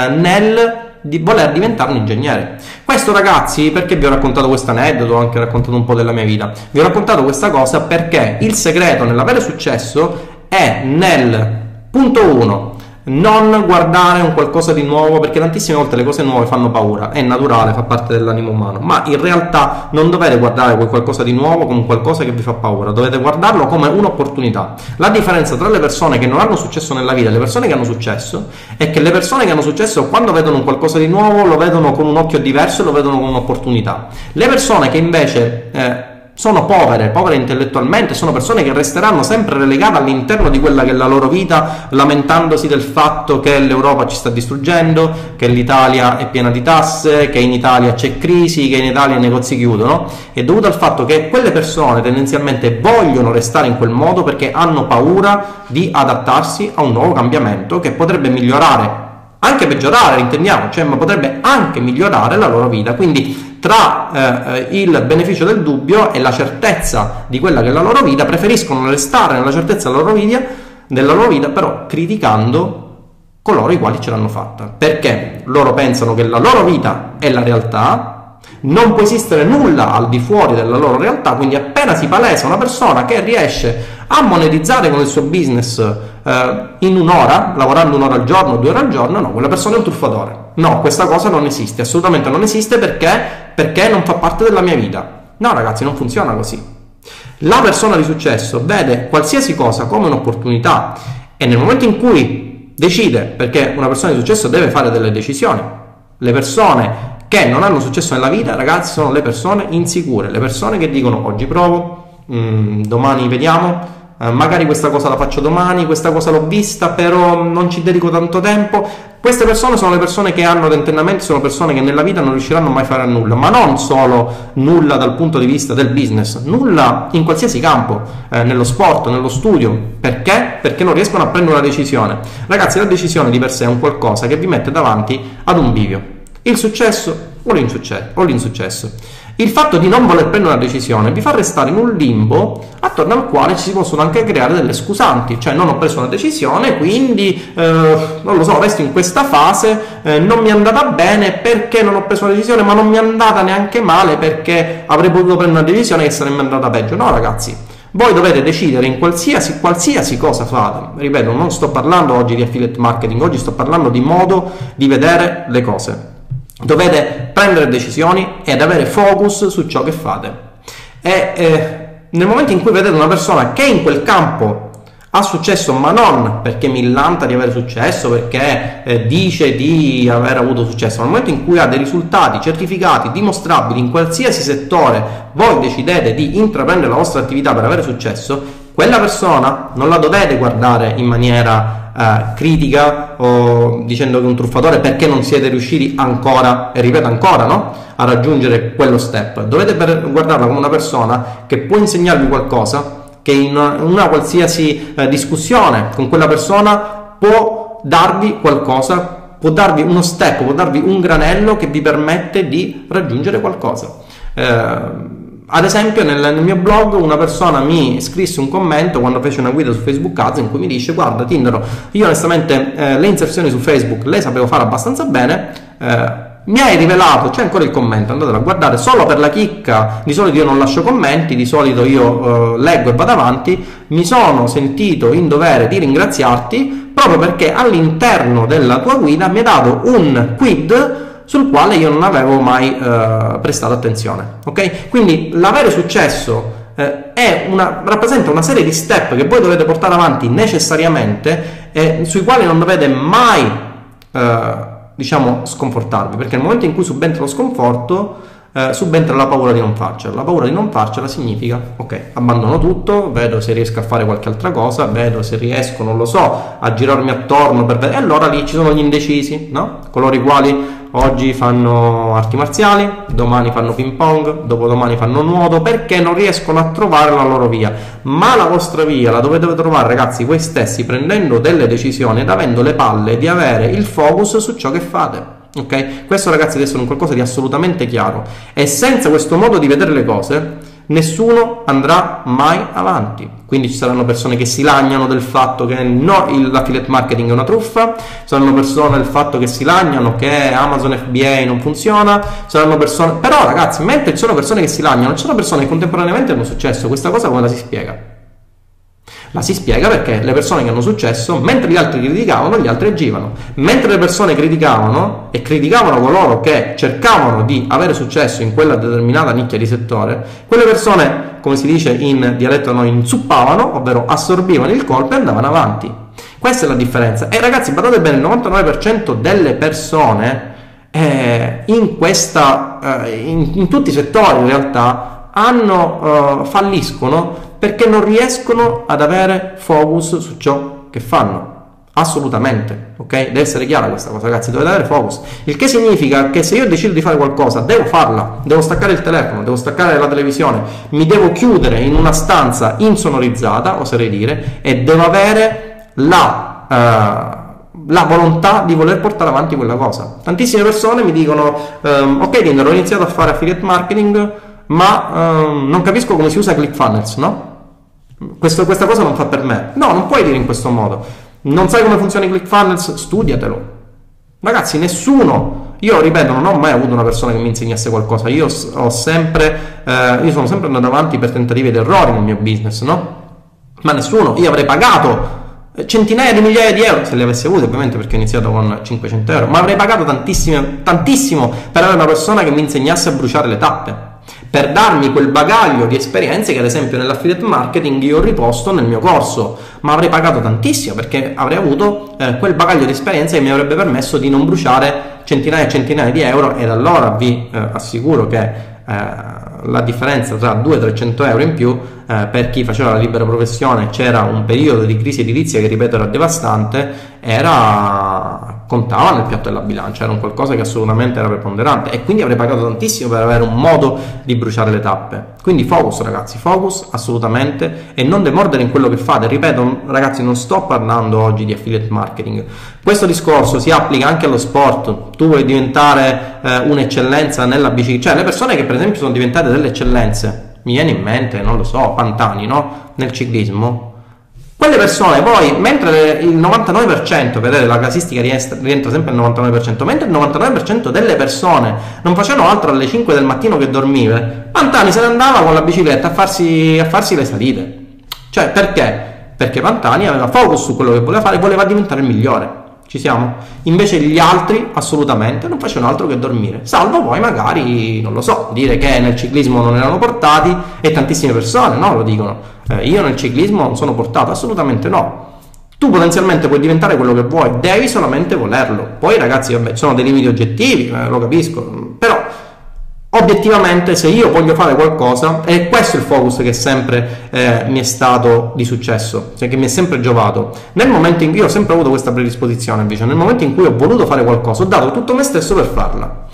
di voler diventare un ingegnere. Questo, ragazzi, perché vi ho raccontato questo aneddoto, ho anche raccontato un po' della mia vita. Vi ho raccontato questa cosa perché il segreto nell'avere successo è nel punto 1, non guardare un qualcosa di nuovo, perché tantissime volte le cose nuove fanno paura, è naturale, fa parte dell'animo umano, ma in realtà non dovete guardare quel qualcosa di nuovo come qualcosa che vi fa paura, dovete guardarlo come un'opportunità. La differenza tra le persone che non hanno successo nella vita e le persone che hanno successo è che le persone che hanno successo, quando vedono un qualcosa di nuovo, lo vedono con un occhio diverso e lo vedono come un'opportunità. Le persone che invece sono povere intellettualmente, sono persone che resteranno sempre relegate all'interno di quella che è la loro vita, lamentandosi del fatto che l'Europa ci sta distruggendo, che l'Italia è piena di tasse, che in Italia c'è crisi, che in Italia i negozi chiudono. È dovuto al fatto che quelle persone tendenzialmente vogliono restare in quel modo perché hanno paura di adattarsi a un nuovo cambiamento che potrebbe migliorare, anche peggiorare, intendiamo, ma potrebbe anche migliorare la loro vita. Quindi tra il beneficio del dubbio e la certezza di quella che è la loro vita, preferiscono restare nella certezza della loro vita, però criticando coloro i quali ce l'hanno fatta, perché loro pensano che la loro vita è la realtà, non può esistere nulla al di fuori della loro realtà. Quindi appena si palesa una persona che riesce a monetizzare con il suo business in un'ora, lavorando un'ora al giorno, 2 ore al giorno, no, quella persona è un truffatore. No, questa cosa non esiste, assolutamente non esiste, perché non fa parte della mia vita. No, ragazzi, non funziona così. La persona di successo vede qualsiasi cosa come un'opportunità e nel momento in cui decide, perché una persona di successo deve fare delle decisioni. Le persone che non hanno successo nella vita, ragazzi, sono le persone insicure, le persone che dicono oggi provo, domani vediamo, magari questa cosa la faccio domani, questa cosa l'ho vista, però non ci dedico tanto tempo. Queste persone sono le persone che hanno tentennamenti, sono persone che nella vita non riusciranno mai a fare nulla, ma non solo nulla dal punto di vista del business, nulla in qualsiasi campo, nello sport, nello studio. Perché? Perché non riescono a prendere una decisione. Ragazzi, la decisione di per sé è un qualcosa che vi mette davanti ad un bivio: il successo o l'insuccesso. Il fatto di non voler prendere una decisione vi fa restare in un limbo attorno al quale ci si possono anche creare delle scusanti, cioè non ho preso una decisione, quindi non lo so, resto in questa fase, non mi è andata bene perché non ho preso una decisione, ma non mi è andata neanche male perché avrei potuto prendere una decisione che sarebbe andata peggio. No, ragazzi, voi dovete decidere in qualsiasi cosa fate. Ripeto, non sto parlando oggi di affiliate marketing, oggi sto parlando di modo di vedere le cose. Dovete prendere decisioni ed avere focus su ciò che fate. E nel momento in cui vedete una persona che in quel campo Ha successo, ma non perché millanta di avere successo, perché dice di aver avuto successo. Nel momento in cui ha dei risultati certificati, dimostrabili in qualsiasi settore, voi decidete di intraprendere la vostra attività per avere successo, quella persona non la dovete guardare in maniera critica o dicendo che è un truffatore perché non siete riusciti ancora, e ripeto ancora, no? A raggiungere quello step. Dovete guardarla come una persona che può insegnarvi qualcosa, che in una qualsiasi discussione con quella persona può darvi qualcosa, può darvi uno step, può darvi un granello che vi permette di raggiungere qualcosa. Ad esempio nel mio blog una persona mi scrisse un commento quando fece una guida su Facebook Ads in cui mi dice: guarda Tindaro, io onestamente le inserzioni su Facebook le sapevo fare abbastanza bene, mi hai rivelato, c'è ancora il commento, andatelo a guardare, solo per la chicca, di solito io non lascio commenti, di solito io leggo e vado avanti, mi sono sentito in dovere di ringraziarti proprio perché all'interno della tua guida mi hai dato un quid sul quale io non avevo mai prestato attenzione, ok? Quindi l'avere successo rappresenta una serie di step che voi dovete portare avanti necessariamente, sui quali non dovete mai diciamo sconfortarvi, perché nel momento in cui subentra lo sconforto subentra la paura di non farcela. La paura di non farcela significa: ok, abbandono tutto, vedo se riesco a fare qualche altra cosa, vedo se riesco, non lo so, a girarmi attorno per vedere. E allora lì ci sono gli indecisi, no? Coloro i quali oggi fanno arti marziali, domani fanno ping pong, dopodomani fanno nuoto, perché non riescono a trovare la loro via. Ma la vostra via la dovete trovare, ragazzi, voi stessi, prendendo delle decisioni ed avendo le palle di avere il focus su ciò che fate. Ok? Questo, ragazzi, deve essere un qualcosa di assolutamente chiaro, e senza questo modo di vedere le cose nessuno andrà mai avanti. Quindi ci saranno persone che si lagnano del fatto che l'affiliate marketing è una truffa, saranno persone del fatto che si lagnano che Amazon FBA non funziona, saranno persone, però ragazzi, mentre ci sono persone che si lagnano, ci sono persone che contemporaneamente hanno successo. Questa cosa come la si spiega? La si spiega perché le persone che hanno successo, mentre gli altri criticavano, gli altri agivano. Mentre le persone criticavano e criticavano coloro che cercavano di avere successo in quella determinata nicchia di settore, quelle persone, come si dice in dialetto noi, inzuppavano, ovvero assorbivano il colpo e andavano avanti. Questa è la differenza. E ragazzi, badate bene, il 99% delle persone in tutti i settori in realtà falliscono perché non riescono ad avere focus su ciò che fanno. Assolutamente, ok? Deve essere chiara questa cosa, ragazzi, dovete avere focus. Il che significa che se io decido di fare qualcosa, devo farla, devo staccare il telefono, devo staccare la televisione, mi devo chiudere in una stanza insonorizzata, oserei dire, e devo avere la volontà di voler portare avanti quella cosa. Tantissime persone mi dicono: ok Tinder, ho iniziato a fare affiliate marketing, ma non capisco come si usa ClickFunnels, no? Questa cosa non fa per me. No, non puoi dire in questo modo. Non sai come funziona ClickFunnels? Studiatelo. Ragazzi, nessuno, io ripeto, non ho mai avuto una persona che mi insegnasse qualcosa. Io sono sempre andato avanti per tentativi ed errori nel mio business, no? Ma nessuno. Io avrei pagato centinaia di migliaia di euro, se li avessi avuti ovviamente, perché ho iniziato con 500 euro, ma avrei pagato tantissimo per avere una persona che mi insegnasse a bruciare le tappe, per darmi quel bagaglio di esperienze che ad esempio nell'affiliate marketing io ho riposto nel mio corso. Ma avrei pagato tantissimo perché avrei avuto quel bagaglio di esperienze che mi avrebbe permesso di non bruciare centinaia e centinaia di euro. Ed allora vi assicuro che la differenza tra 200-300 euro in più per chi faceva la libera professione, c'era un periodo di crisi edilizia che, ripeto, era devastante, contava nel piatto della bilancia, era un qualcosa che assolutamente era preponderante, e quindi avrei pagato tantissimo per avere un modo di bruciare le tappe. Quindi focus, ragazzi, focus assolutamente, e non demordere in quello che fate. Ripeto, ragazzi, non sto parlando oggi di affiliate marketing, questo discorso si applica anche allo sport. Tu vuoi diventare un'eccellenza nella bicicletta, cioè le persone che per esempio sono diventate delle eccellenze, mi viene in mente, non lo so, Pantani, no? Nel ciclismo. Quelle persone, poi, mentre il 99%, vedete, la casistica rientra sempre al 99%, mentre il 99% delle persone non facevano altro alle 5 del mattino che dormire, Pantani se ne andava con la bicicletta a farsi le salite. Cioè, perché? Perché Pantani aveva focus su quello che voleva fare, voleva diventare il migliore. Ci siamo? Invece gli altri assolutamente non facevano altro che dormire, salvo poi magari, non lo so, dire che nel ciclismo non erano portati, e tantissime persone, no, lo dicono. io nel ciclismo non sono portato, assolutamente no. Tu potenzialmente puoi diventare quello che vuoi, devi solamente volerlo. Poi ragazzi, vabbè, ci sono dei limiti oggettivi, lo capisco, però obiettivamente se io voglio fare qualcosa, e questo è il focus che sempre mi è stato di successo, cioè che mi è sempre giovato. Nel momento in cui io ho sempre avuto questa predisposizione, invece, nel momento in cui ho voluto fare qualcosa, ho dato tutto me stesso per farla.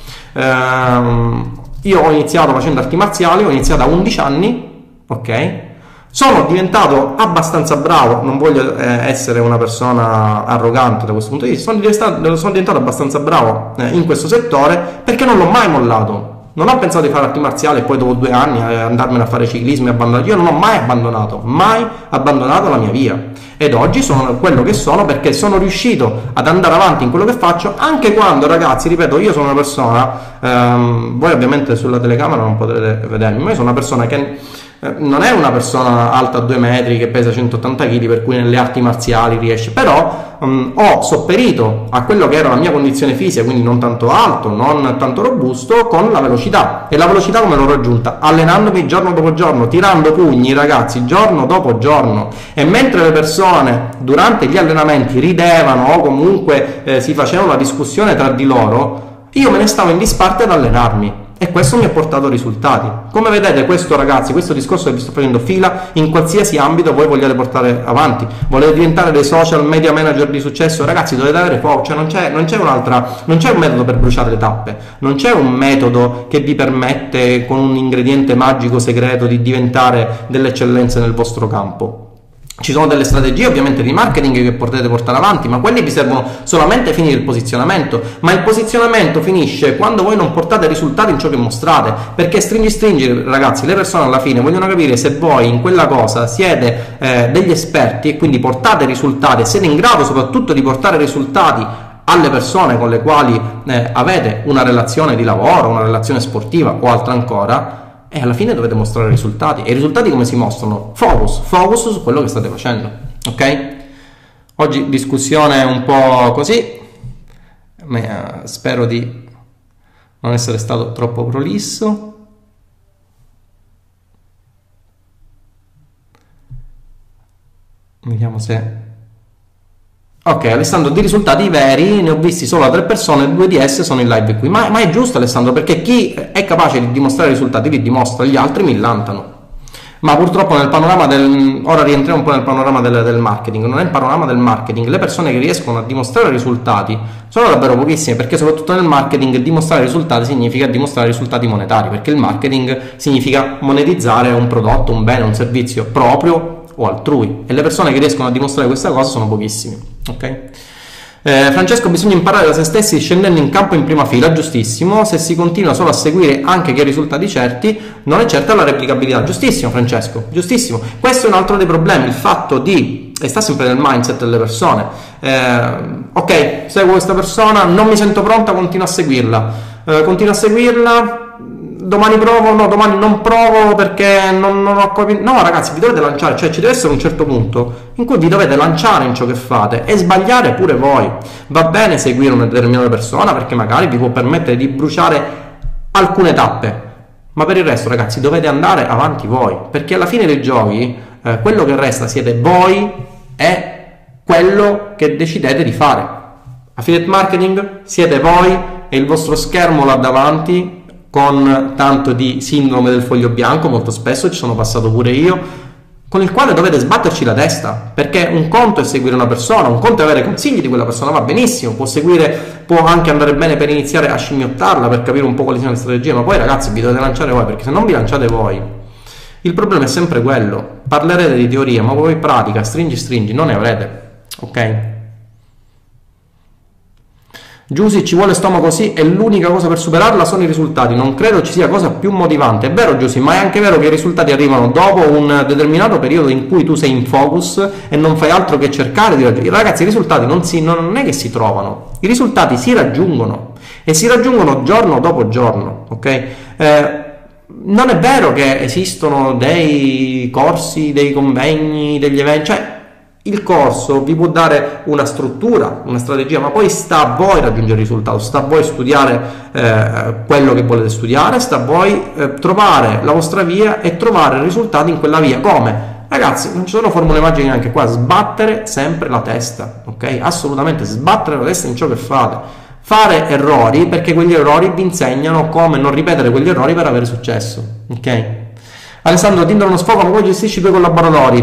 Io ho iniziato facendo arti marziali, ho iniziato a 11 anni, ok? Sono diventato abbastanza bravo, non voglio essere una persona arrogante da questo punto di vista, sono diventato abbastanza bravo in questo settore perché non l'ho mai mollato. Non ho pensato di fare arti marziali e poi dopo 2 anni andarmene a fare ciclismo e abbandonare. Io non ho mai abbandonato la mia via. Ed oggi sono quello che sono perché sono riuscito ad andare avanti in quello che faccio, anche quando, ragazzi, ripeto, io sono una persona, voi ovviamente sulla telecamera non potrete vedermi, ma io sono una persona che non è una persona alta 2 metri che pesa 180 kg per cui nelle arti marziali riesce, però ho sopperito a quello che era la mia condizione fisica, quindi non tanto alto, non tanto robusto, con la velocità. E la velocità come l'ho raggiunta? Allenandomi giorno dopo giorno, tirando pugni, ragazzi, giorno dopo giorno. E mentre le persone durante gli allenamenti ridevano o comunque si facevano la discussione tra di loro, io me ne stavo in disparte ad allenarmi. E questo mi ha portato risultati. Come vedete, questo, ragazzi, questo discorso che vi sto facendo fila in qualsiasi ambito voi vogliate portare avanti. Volete diventare dei social media manager di successo, ragazzi, dovete avere fuoco, cioè non c'è un metodo per bruciare le tappe, non c'è un metodo che vi permette con un ingrediente magico segreto di diventare delle eccellenze nel vostro campo. Ci sono delle strategie ovviamente di marketing che potete portare avanti, ma quelli vi servono solamente a finire il posizionamento. Ma il posizionamento finisce quando voi non portate risultati in ciò che mostrate, perché stringi, ragazzi, le persone alla fine vogliono capire se voi in quella cosa siete degli esperti e quindi portate risultati, e siete in grado soprattutto di portare risultati alle persone con le quali avete una relazione di lavoro, una relazione sportiva o altro ancora. E alla fine dovete mostrare risultati. E i risultati come si mostrano? Focus su quello che state facendo, ok? Oggi discussione un po' così, ma spero di non essere stato troppo prolisso. Vediamo se... Ok, Alessandro, di risultati veri ne ho visti solo da 3 persone, 2 di esse sono in live qui. Ma è giusto, Alessandro, perché chi è capace di dimostrare risultati li dimostra, gli altri millantano. Ma purtroppo nel panorama ora rientriamo un po' nel panorama del marketing. Non è il panorama del marketing, le persone che riescono a dimostrare risultati sono davvero pochissime, perché soprattutto nel marketing dimostrare risultati significa dimostrare risultati monetari, perché il marketing significa monetizzare un prodotto, un bene, un servizio proprio o altrui, e le persone che riescono a dimostrare questa cosa sono pochissime, ok? Francesco, bisogna imparare da se stessi scendendo in campo in prima fila, giustissimo. Se si continua solo a seguire anche chi ha risultati certi, non è certa la replicabilità. Giustissimo, Francesco, giustissimo. Questo è un altro dei problemi, il fatto di, e sta sempre nel mindset delle persone, ok, seguo questa persona, non mi sento pronta, continuo a seguirla, domani provo, no, domani non provo perché non ho capito. No, ragazzi, vi dovete lanciare, cioè ci deve essere un certo punto in cui vi dovete lanciare in ciò che fate e sbagliare pure voi. Va bene seguire una determinata persona perché magari vi può permettere di bruciare alcune tappe, ma per il resto, ragazzi, dovete andare avanti voi, perché alla fine dei giochi quello che resta siete voi e quello che decidete di fare. Affiliate marketing siete voi e il vostro schermo là davanti, con tanto di sindrome del foglio bianco, molto spesso ci sono passato pure io, con il quale dovete sbatterci la testa, perché un conto è seguire una persona, un conto è avere consigli di quella persona, va benissimo, può anche andare bene per iniziare a scimmiottarla, per capire un po' quali sono le strategie, ma poi, ragazzi, vi dovete lanciare voi, perché se non vi lanciate voi il problema è sempre quello: parlerete di teoria, ma poi pratica, stringi non ne avrete, ok? Giusy, ci vuole stomaco sì, e l'unica cosa per superarla sono i risultati, non credo ci sia cosa più motivante. È vero, Giusy, ma è anche vero che i risultati arrivano dopo un determinato periodo in cui tu sei in focus e non fai altro che cercare di raggiungere. Ragazzi, i risultati non è che si trovano, i risultati si raggiungono, e si raggiungono giorno dopo giorno, ok? Non è vero che esistono dei corsi, dei convegni, degli eventi, cioè il corso vi può dare una struttura, una strategia, ma poi sta a voi raggiungere il risultato, sta a voi studiare quello che volete studiare, sta a voi trovare la vostra via e trovare risultati in quella via. Come? Ragazzi, non ci sono formule magiche anche qua, sbattere sempre la testa, ok? Assolutamente, sbattere la testa in ciò che fate. Fare errori, perché quegli errori vi insegnano come non ripetere quegli errori per avere successo, ok? Alessandro, Tinder uno sfogo, ma poi gestisci i tuoi collaboratori.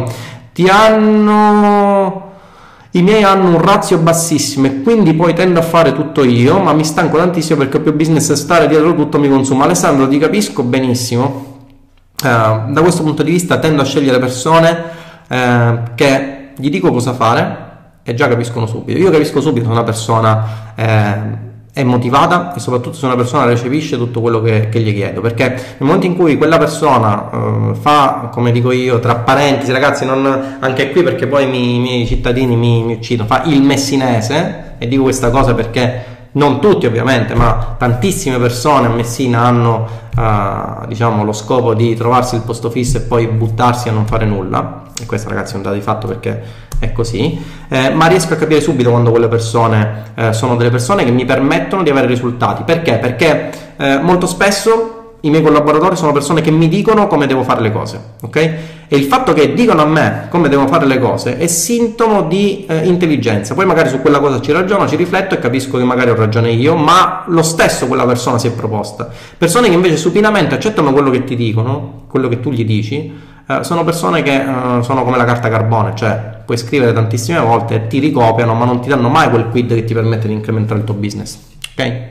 I miei hanno un razio bassissimo e quindi poi tendo a fare tutto io, ma mi stanco tantissimo perché ho più business e stare dietro tutto mi consuma. Alessandro, ti capisco benissimo. Da questo punto di vista tendo a scegliere persone che gli dico cosa fare e già capiscono subito. Io capisco subito se una persona è motivata e soprattutto se una persona recepisce tutto quello che gli chiedo, perché nel momento in cui quella persona fa, come dico io, tra parentesi, ragazzi, non anche qui perché poi i miei cittadini mi uccidono, fa il messinese, e dico questa cosa perché non tutti ovviamente, ma tantissime persone a Messina hanno diciamo lo scopo di trovarsi il posto fisso e poi buttarsi a non fare nulla, e questo, ragazzi, è un dato di fatto perché è così, ma riesco a capire subito quando quelle persone sono delle persone che mi permettono di avere risultati. Perché? Perché molto spesso i miei collaboratori sono persone che mi dicono come devo fare le cose, ok? E il fatto che dicono a me come devo fare le cose è sintomo di intelligenza. Poi magari su quella cosa ci ragiono, ci rifletto e capisco che magari ho ragione io, ma lo stesso quella persona si è proposta. Persone che invece supinamente accettano quello che ti dicono, quello che tu gli dici, sono persone che sono come la carta carbone, cioè puoi scrivere tantissime volte e ti ricopiano, ma non ti danno mai quel quid che ti permette di incrementare il tuo business, ok?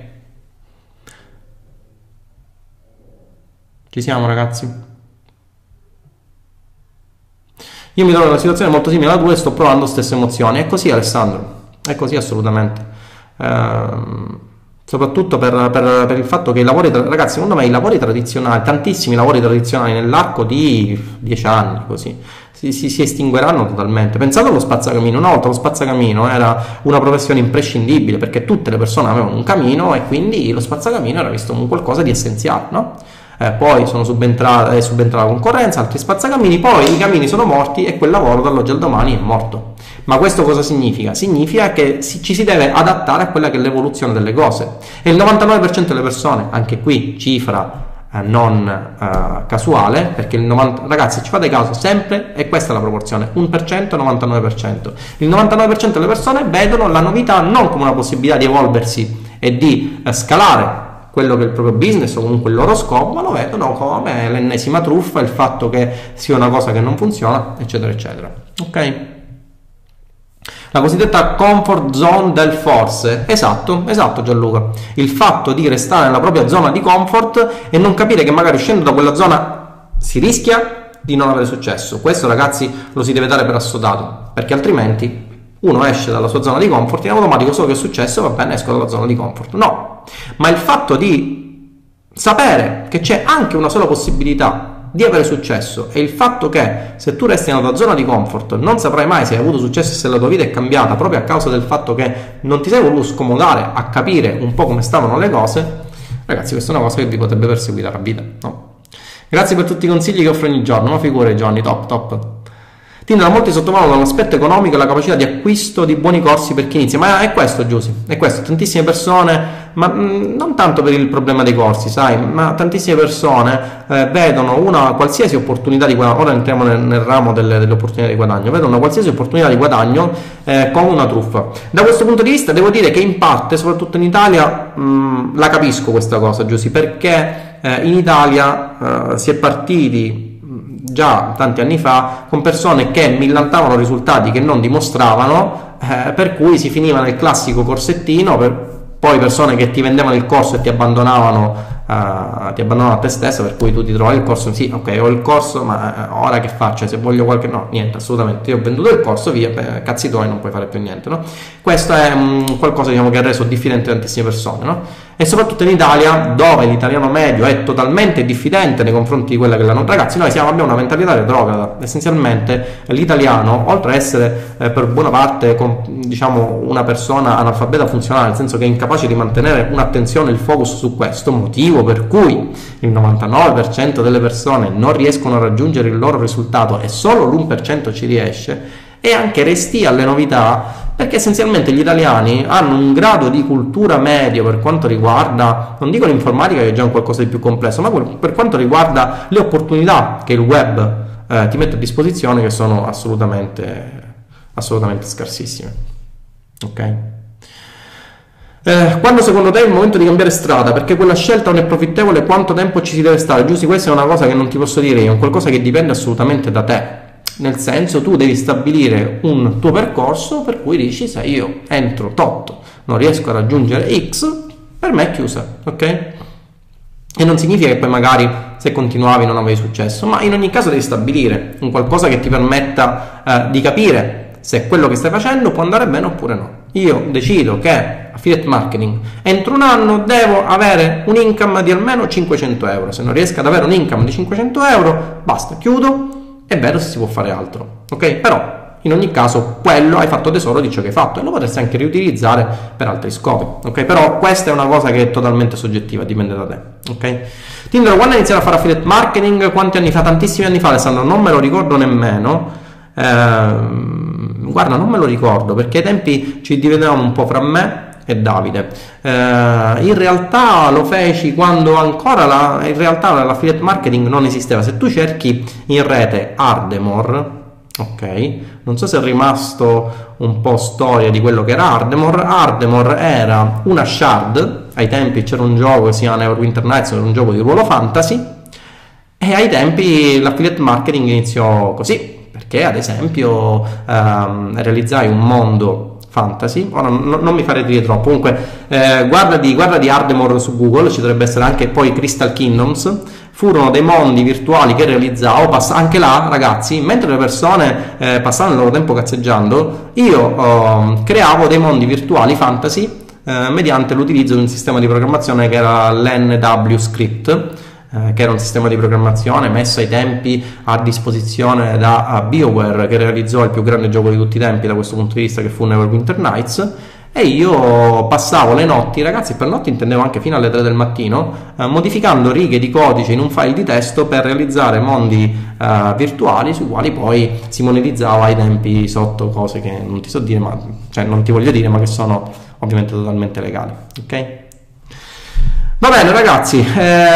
Ci siamo, ragazzi? Io mi trovo in una situazione molto simile alla tua e sto provando stesse emozioni. È così, Alessandro, è così assolutamente. Soprattutto per il fatto che i lavori, ragazzi, secondo me i lavori tradizionali, tantissimi lavori tradizionali nell'arco di 10 anni così, si estingueranno totalmente. Pensate allo spazzacamino. Una volta lo spazzacamino era una professione imprescindibile perché tutte le persone avevano un camino e quindi lo spazzacamino era visto come qualcosa di essenziale, no? Poi è subentrata la concorrenza, altri spazzacamini, poi i camini sono morti e quel lavoro dall'oggi al domani è morto. Ma questo cosa significa? Significa che ci si deve adattare a quella che è l'evoluzione delle cose, e il 99% delle persone, anche qui cifra non casuale, perché ragazzi, ci fate caso, sempre, e questa è la proporzione, 1% 99%. Il 99% delle persone vedono la novità non come una possibilità di evolversi e di scalare quello che è il proprio business o comunque il loro scopo, ma lo vedono come l'ennesima truffa, il fatto che sia una cosa che non funziona, eccetera eccetera, ok? La cosiddetta comfort zone del forse. Esatto Gianluca, il fatto di restare nella propria zona di comfort e non capire che magari uscendo da quella zona si rischia di non avere successo. Questo, ragazzi, lo si deve dare per assodato, perché altrimenti uno esce dalla sua zona di comfort e in automatico so che è successo, va bene, esco dalla zona di comfort. No, ma il fatto di sapere che c'è anche una sola possibilità di avere successo e il fatto che se tu resti nella tua zona di comfort non saprai mai se hai avuto successo e se la tua vita è cambiata proprio a causa del fatto che non ti sei voluto scomodare a capire un po' come stavano le cose, ragazzi, questa è una cosa che vi potrebbe perseguitare a vita, no? Grazie per tutti i consigli che offro ogni giorno, ma figure, Johnny, top. Tinder, molti sottovalutano l'aspetto economico e la capacità di acquisto di buoni corsi per chi inizia, ma è questo, Giusy, è questo. Tantissime persone, ma non tanto per il problema dei corsi, sai, ma tantissime persone vedono una qualsiasi opportunità di guadagno. Ora entriamo nel ramo delle opportunità di guadagno, vedono una qualsiasi opportunità di guadagno come una truffa. Da questo punto di vista devo dire che in parte, soprattutto in Italia, la capisco questa cosa, Giusy, perché in Italia si è partiti già tanti anni fa con persone che millantavano risultati che non dimostravano, per cui si finiva nel classico corsettino, poi persone che ti vendevano il corso e ti abbandonavano a te stesso, per cui tu ti trovi il corso, sì, ok, ho il corso, ma ora che faccio? Se voglio qualche... no, niente, assolutamente, io ho venduto il corso, via, cazzi tuoi, non puoi fare più niente, no? Questo è qualcosa, diciamo, che ha reso diffidente tantissime persone, no? E soprattutto in Italia, dove l'italiano medio è totalmente diffidente nei confronti di quella che l'hanno. Ragazzi, noi abbiamo una mentalità retrograda. Essenzialmente l'italiano, oltre a essere per buona parte diciamo una persona analfabeta funzionale, nel senso che è incapace di mantenere un'attenzione, il focus su questo, motivo per cui il 99% delle persone non riescono a raggiungere il loro risultato e solo l'1% ci riesce, e anche resti alle novità, perché essenzialmente gli italiani hanno un grado di cultura medio per quanto riguarda, non dico l'informatica che è già un qualcosa di più complesso, ma per quanto riguarda le opportunità che il web ti metto a disposizione, che sono assolutamente scarsissime. Ok? Quando secondo te è il momento di cambiare strada? Perché quella scelta non è profittevole, quanto tempo ci si deve stare? Giusto, questa è una cosa che non ti posso dire io, è qualcosa che dipende assolutamente da te. Nel senso, tu devi stabilire un tuo percorso per cui dici: se io entro tot non riesco a raggiungere X, per me è chiusa, ok? E non significa che poi magari se continuavi non avevi successo, ma in ogni caso devi stabilire un qualcosa che ti permetta di capire se quello che stai facendo può andare bene oppure no. Io decido che affiliate marketing entro un anno devo avere un income di almeno 500 euro. Se non riesco ad avere un income di 500 euro, basta, chiudo e vedo se si può fare altro, ok? Però in ogni caso quello hai fatto tesoro di ciò che hai fatto e lo potresti anche riutilizzare per altri scopi, ok? Però questa è una cosa che è totalmente soggettiva, dipende da te, ok? Tindaro, quando hai iniziato a fare affiliate marketing? Quanti anni fa? Tantissimi anni fa, Alessandro, non me lo ricordo nemmeno. Guarda, non me lo ricordo perché ai tempi ci dividevamo un po' fra me e Davide. In realtà lo feci quando ancora l'affiliate marketing non esisteva. Se tu cerchi in rete Ardemore, ok, non so se è rimasto un po' storia di quello che era Ardemore era una shard. Ai tempi c'era un gioco che si chiama Neverwinter Nights, era un gioco di ruolo fantasy, e ai tempi l'affiliate marketing iniziò così, perché ad esempio realizzai un mondo fantasy. Ora non mi farete dire troppo, comunque guarda di Ardemore su Google, ci dovrebbe essere anche poi Crystal Kingdoms. Furono dei mondi virtuali che realizzavo, anche là ragazzi, mentre le persone passavano il loro tempo cazzeggiando, io creavo dei mondi virtuali fantasy mediante l'utilizzo di un sistema di programmazione che era l'NW Script, che era un sistema di programmazione messo ai tempi a disposizione da BioWare, che realizzò il più grande gioco di tutti i tempi da questo punto di vista, che fu Neverwinter Nights. E io passavo le notti, ragazzi, per notti intendevo anche fino alle 3 del mattino, modificando righe di codice in un file di testo per realizzare mondi virtuali sui quali poi si monetizzava ai tempi sotto cose che non ti so dire, ma cioè non ti voglio dire, ma che sono ovviamente totalmente legali, ok? Va bene ragazzi,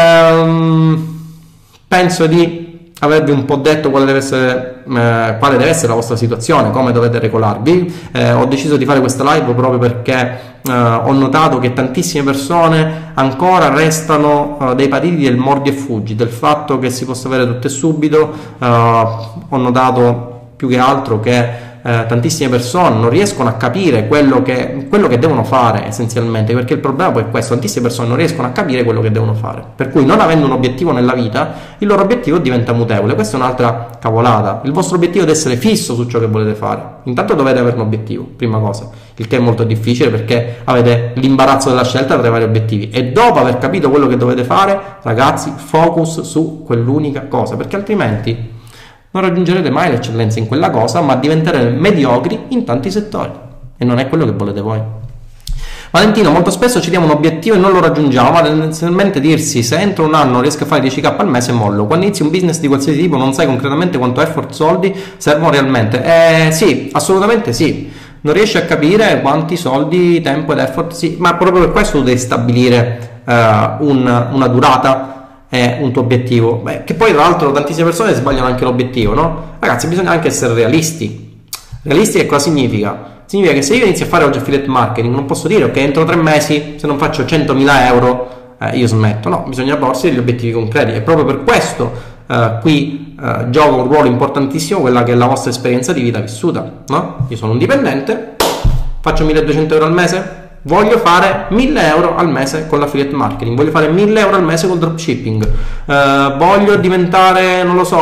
penso di avervi un po' detto quale deve essere la vostra situazione, come dovete regolarvi. Ho deciso di fare questa live proprio perché ho notato che tantissime persone ancora restano dei patiti del mordi e fuggi, del fatto che si possa avere tutto e subito. Ho notato più che altro che tantissime persone non riescono a capire quello che devono fare essenzialmente, perché il problema poi è questo: tantissime persone non riescono a capire quello che devono fare, per cui non avendo un obiettivo nella vita, il loro obiettivo diventa mutevole. Questa è un'altra cavolata. Il vostro obiettivo deve essere fisso su ciò che volete fare. Intanto dovete avere un obiettivo, prima cosa, il che è molto difficile perché avete l'imbarazzo della scelta tra i vari obiettivi, e dopo aver capito quello che dovete fare, ragazzi, focus su quell'unica cosa, perché altrimenti non raggiungerete mai l'eccellenza in quella cosa, ma diventerete mediocri in tanti settori, e non è quello che volete voi. Valentino, molto spesso ci diamo un obiettivo e non lo raggiungiamo, ma tendenzialmente dirsi: se entro un anno riesco a fare 10k al mese, mollo. Quando inizi un business di qualsiasi tipo non sai concretamente quanto effort, soldi servono realmente. Sì, assolutamente sì. Non riesci a capire quanti soldi, tempo ed effort, sì, ma proprio per questo devi stabilire una durata è un tuo obiettivo. Beh, che poi tra l'altro tantissime persone sbagliano anche l'obiettivo, no? Ragazzi, bisogna anche essere realisti. Realisti che cosa significa? Significa che se io inizio a fare oggi affiliate marketing, non posso dire ok, entro 3 mesi se non faccio 100.000 euro io smetto. No, bisogna porsi degli obiettivi concreti, e proprio per questo qui gioca un ruolo importantissimo quella che è la vostra esperienza di vita vissuta, no? Io sono un dipendente, faccio 1.200 euro al mese, voglio fare 1.000 euro al mese con l'affiliate marketing, voglio fare 1.000 euro al mese col dropshipping, voglio diventare, non lo so,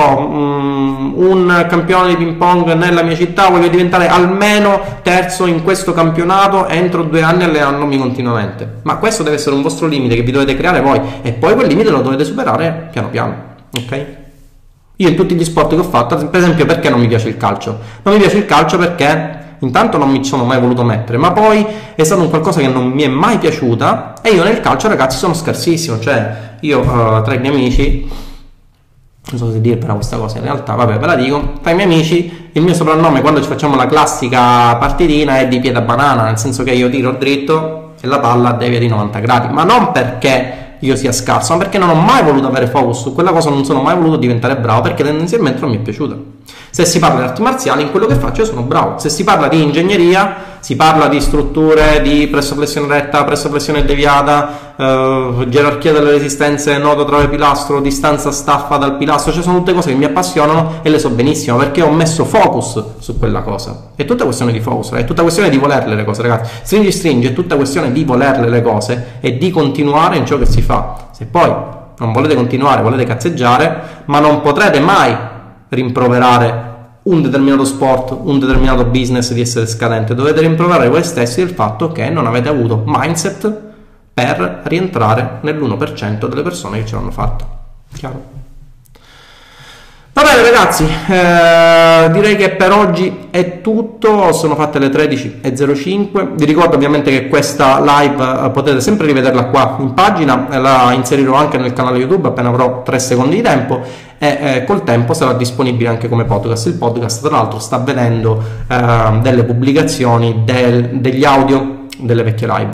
un campione di ping pong nella mia città, voglio diventare almeno terzo in questo campionato entro 2 anni allenandomi continuamente. Ma questo deve essere un vostro limite che vi dovete creare voi, e poi quel limite lo dovete superare piano piano, ok? Io in tutti gli sport che ho fatto, per esempio, perché non mi piace il calcio? Non mi piace il calcio perché intanto non mi sono mai voluto mettere, ma poi è stato un qualcosa che non mi è mai piaciuta, e io nel calcio, ragazzi, sono scarsissimo. Cioè io tra i miei amici, non so se dire però questa cosa in realtà, vabbè, ve la dico, tra i miei amici il mio soprannome quando ci facciamo la classica partitina è di pieda banana, nel senso che io tiro dritto e la palla devia di 90 gradi, ma non perché io sia scarso, ma perché non ho mai voluto avere focus su quella cosa, non sono mai voluto diventare bravo, perché tendenzialmente non mi è piaciuta. Se si parla di arti marziali, in quello che faccio io sono bravo. Se si parla di ingegneria, si parla di strutture, di pressoflessione retta, pressoflessione deviata, gerarchia delle resistenze, nodo trave pilastro, distanza staffa dal pilastro, cioè sono tutte cose che mi appassionano e le so benissimo perché ho messo focus su quella cosa. È tutta questione di focus, è tutta questione di volerle le cose, ragazzi. Stringi, è tutta questione di volerle le cose e di continuare in ciò che si fa. Se poi non volete continuare, volete cazzeggiare, ma non potrete mai rimproverare un determinato sport, un determinato business di essere scadente. Dovete rimproverare voi stessi del fatto che non avete avuto mindset per rientrare nell'1% delle persone che ce l'hanno fatta. Chiaro? Va bene ragazzi, direi che per oggi è tutto, sono fatte le 13:05. Vi ricordo ovviamente che questa live potete sempre rivederla qua in pagina, la inserirò anche nel canale YouTube appena avrò 3 secondi di tempo e col tempo sarà disponibile anche come podcast. Il podcast tra l'altro sta vedendo delle pubblicazioni degli audio delle vecchie live,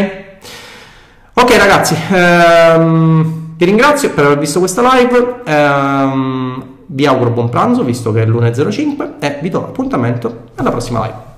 ok ragazzi, vi ringrazio per aver visto questa live, vi auguro buon pranzo visto che è l'1:05 e vi do appuntamento alla prossima live.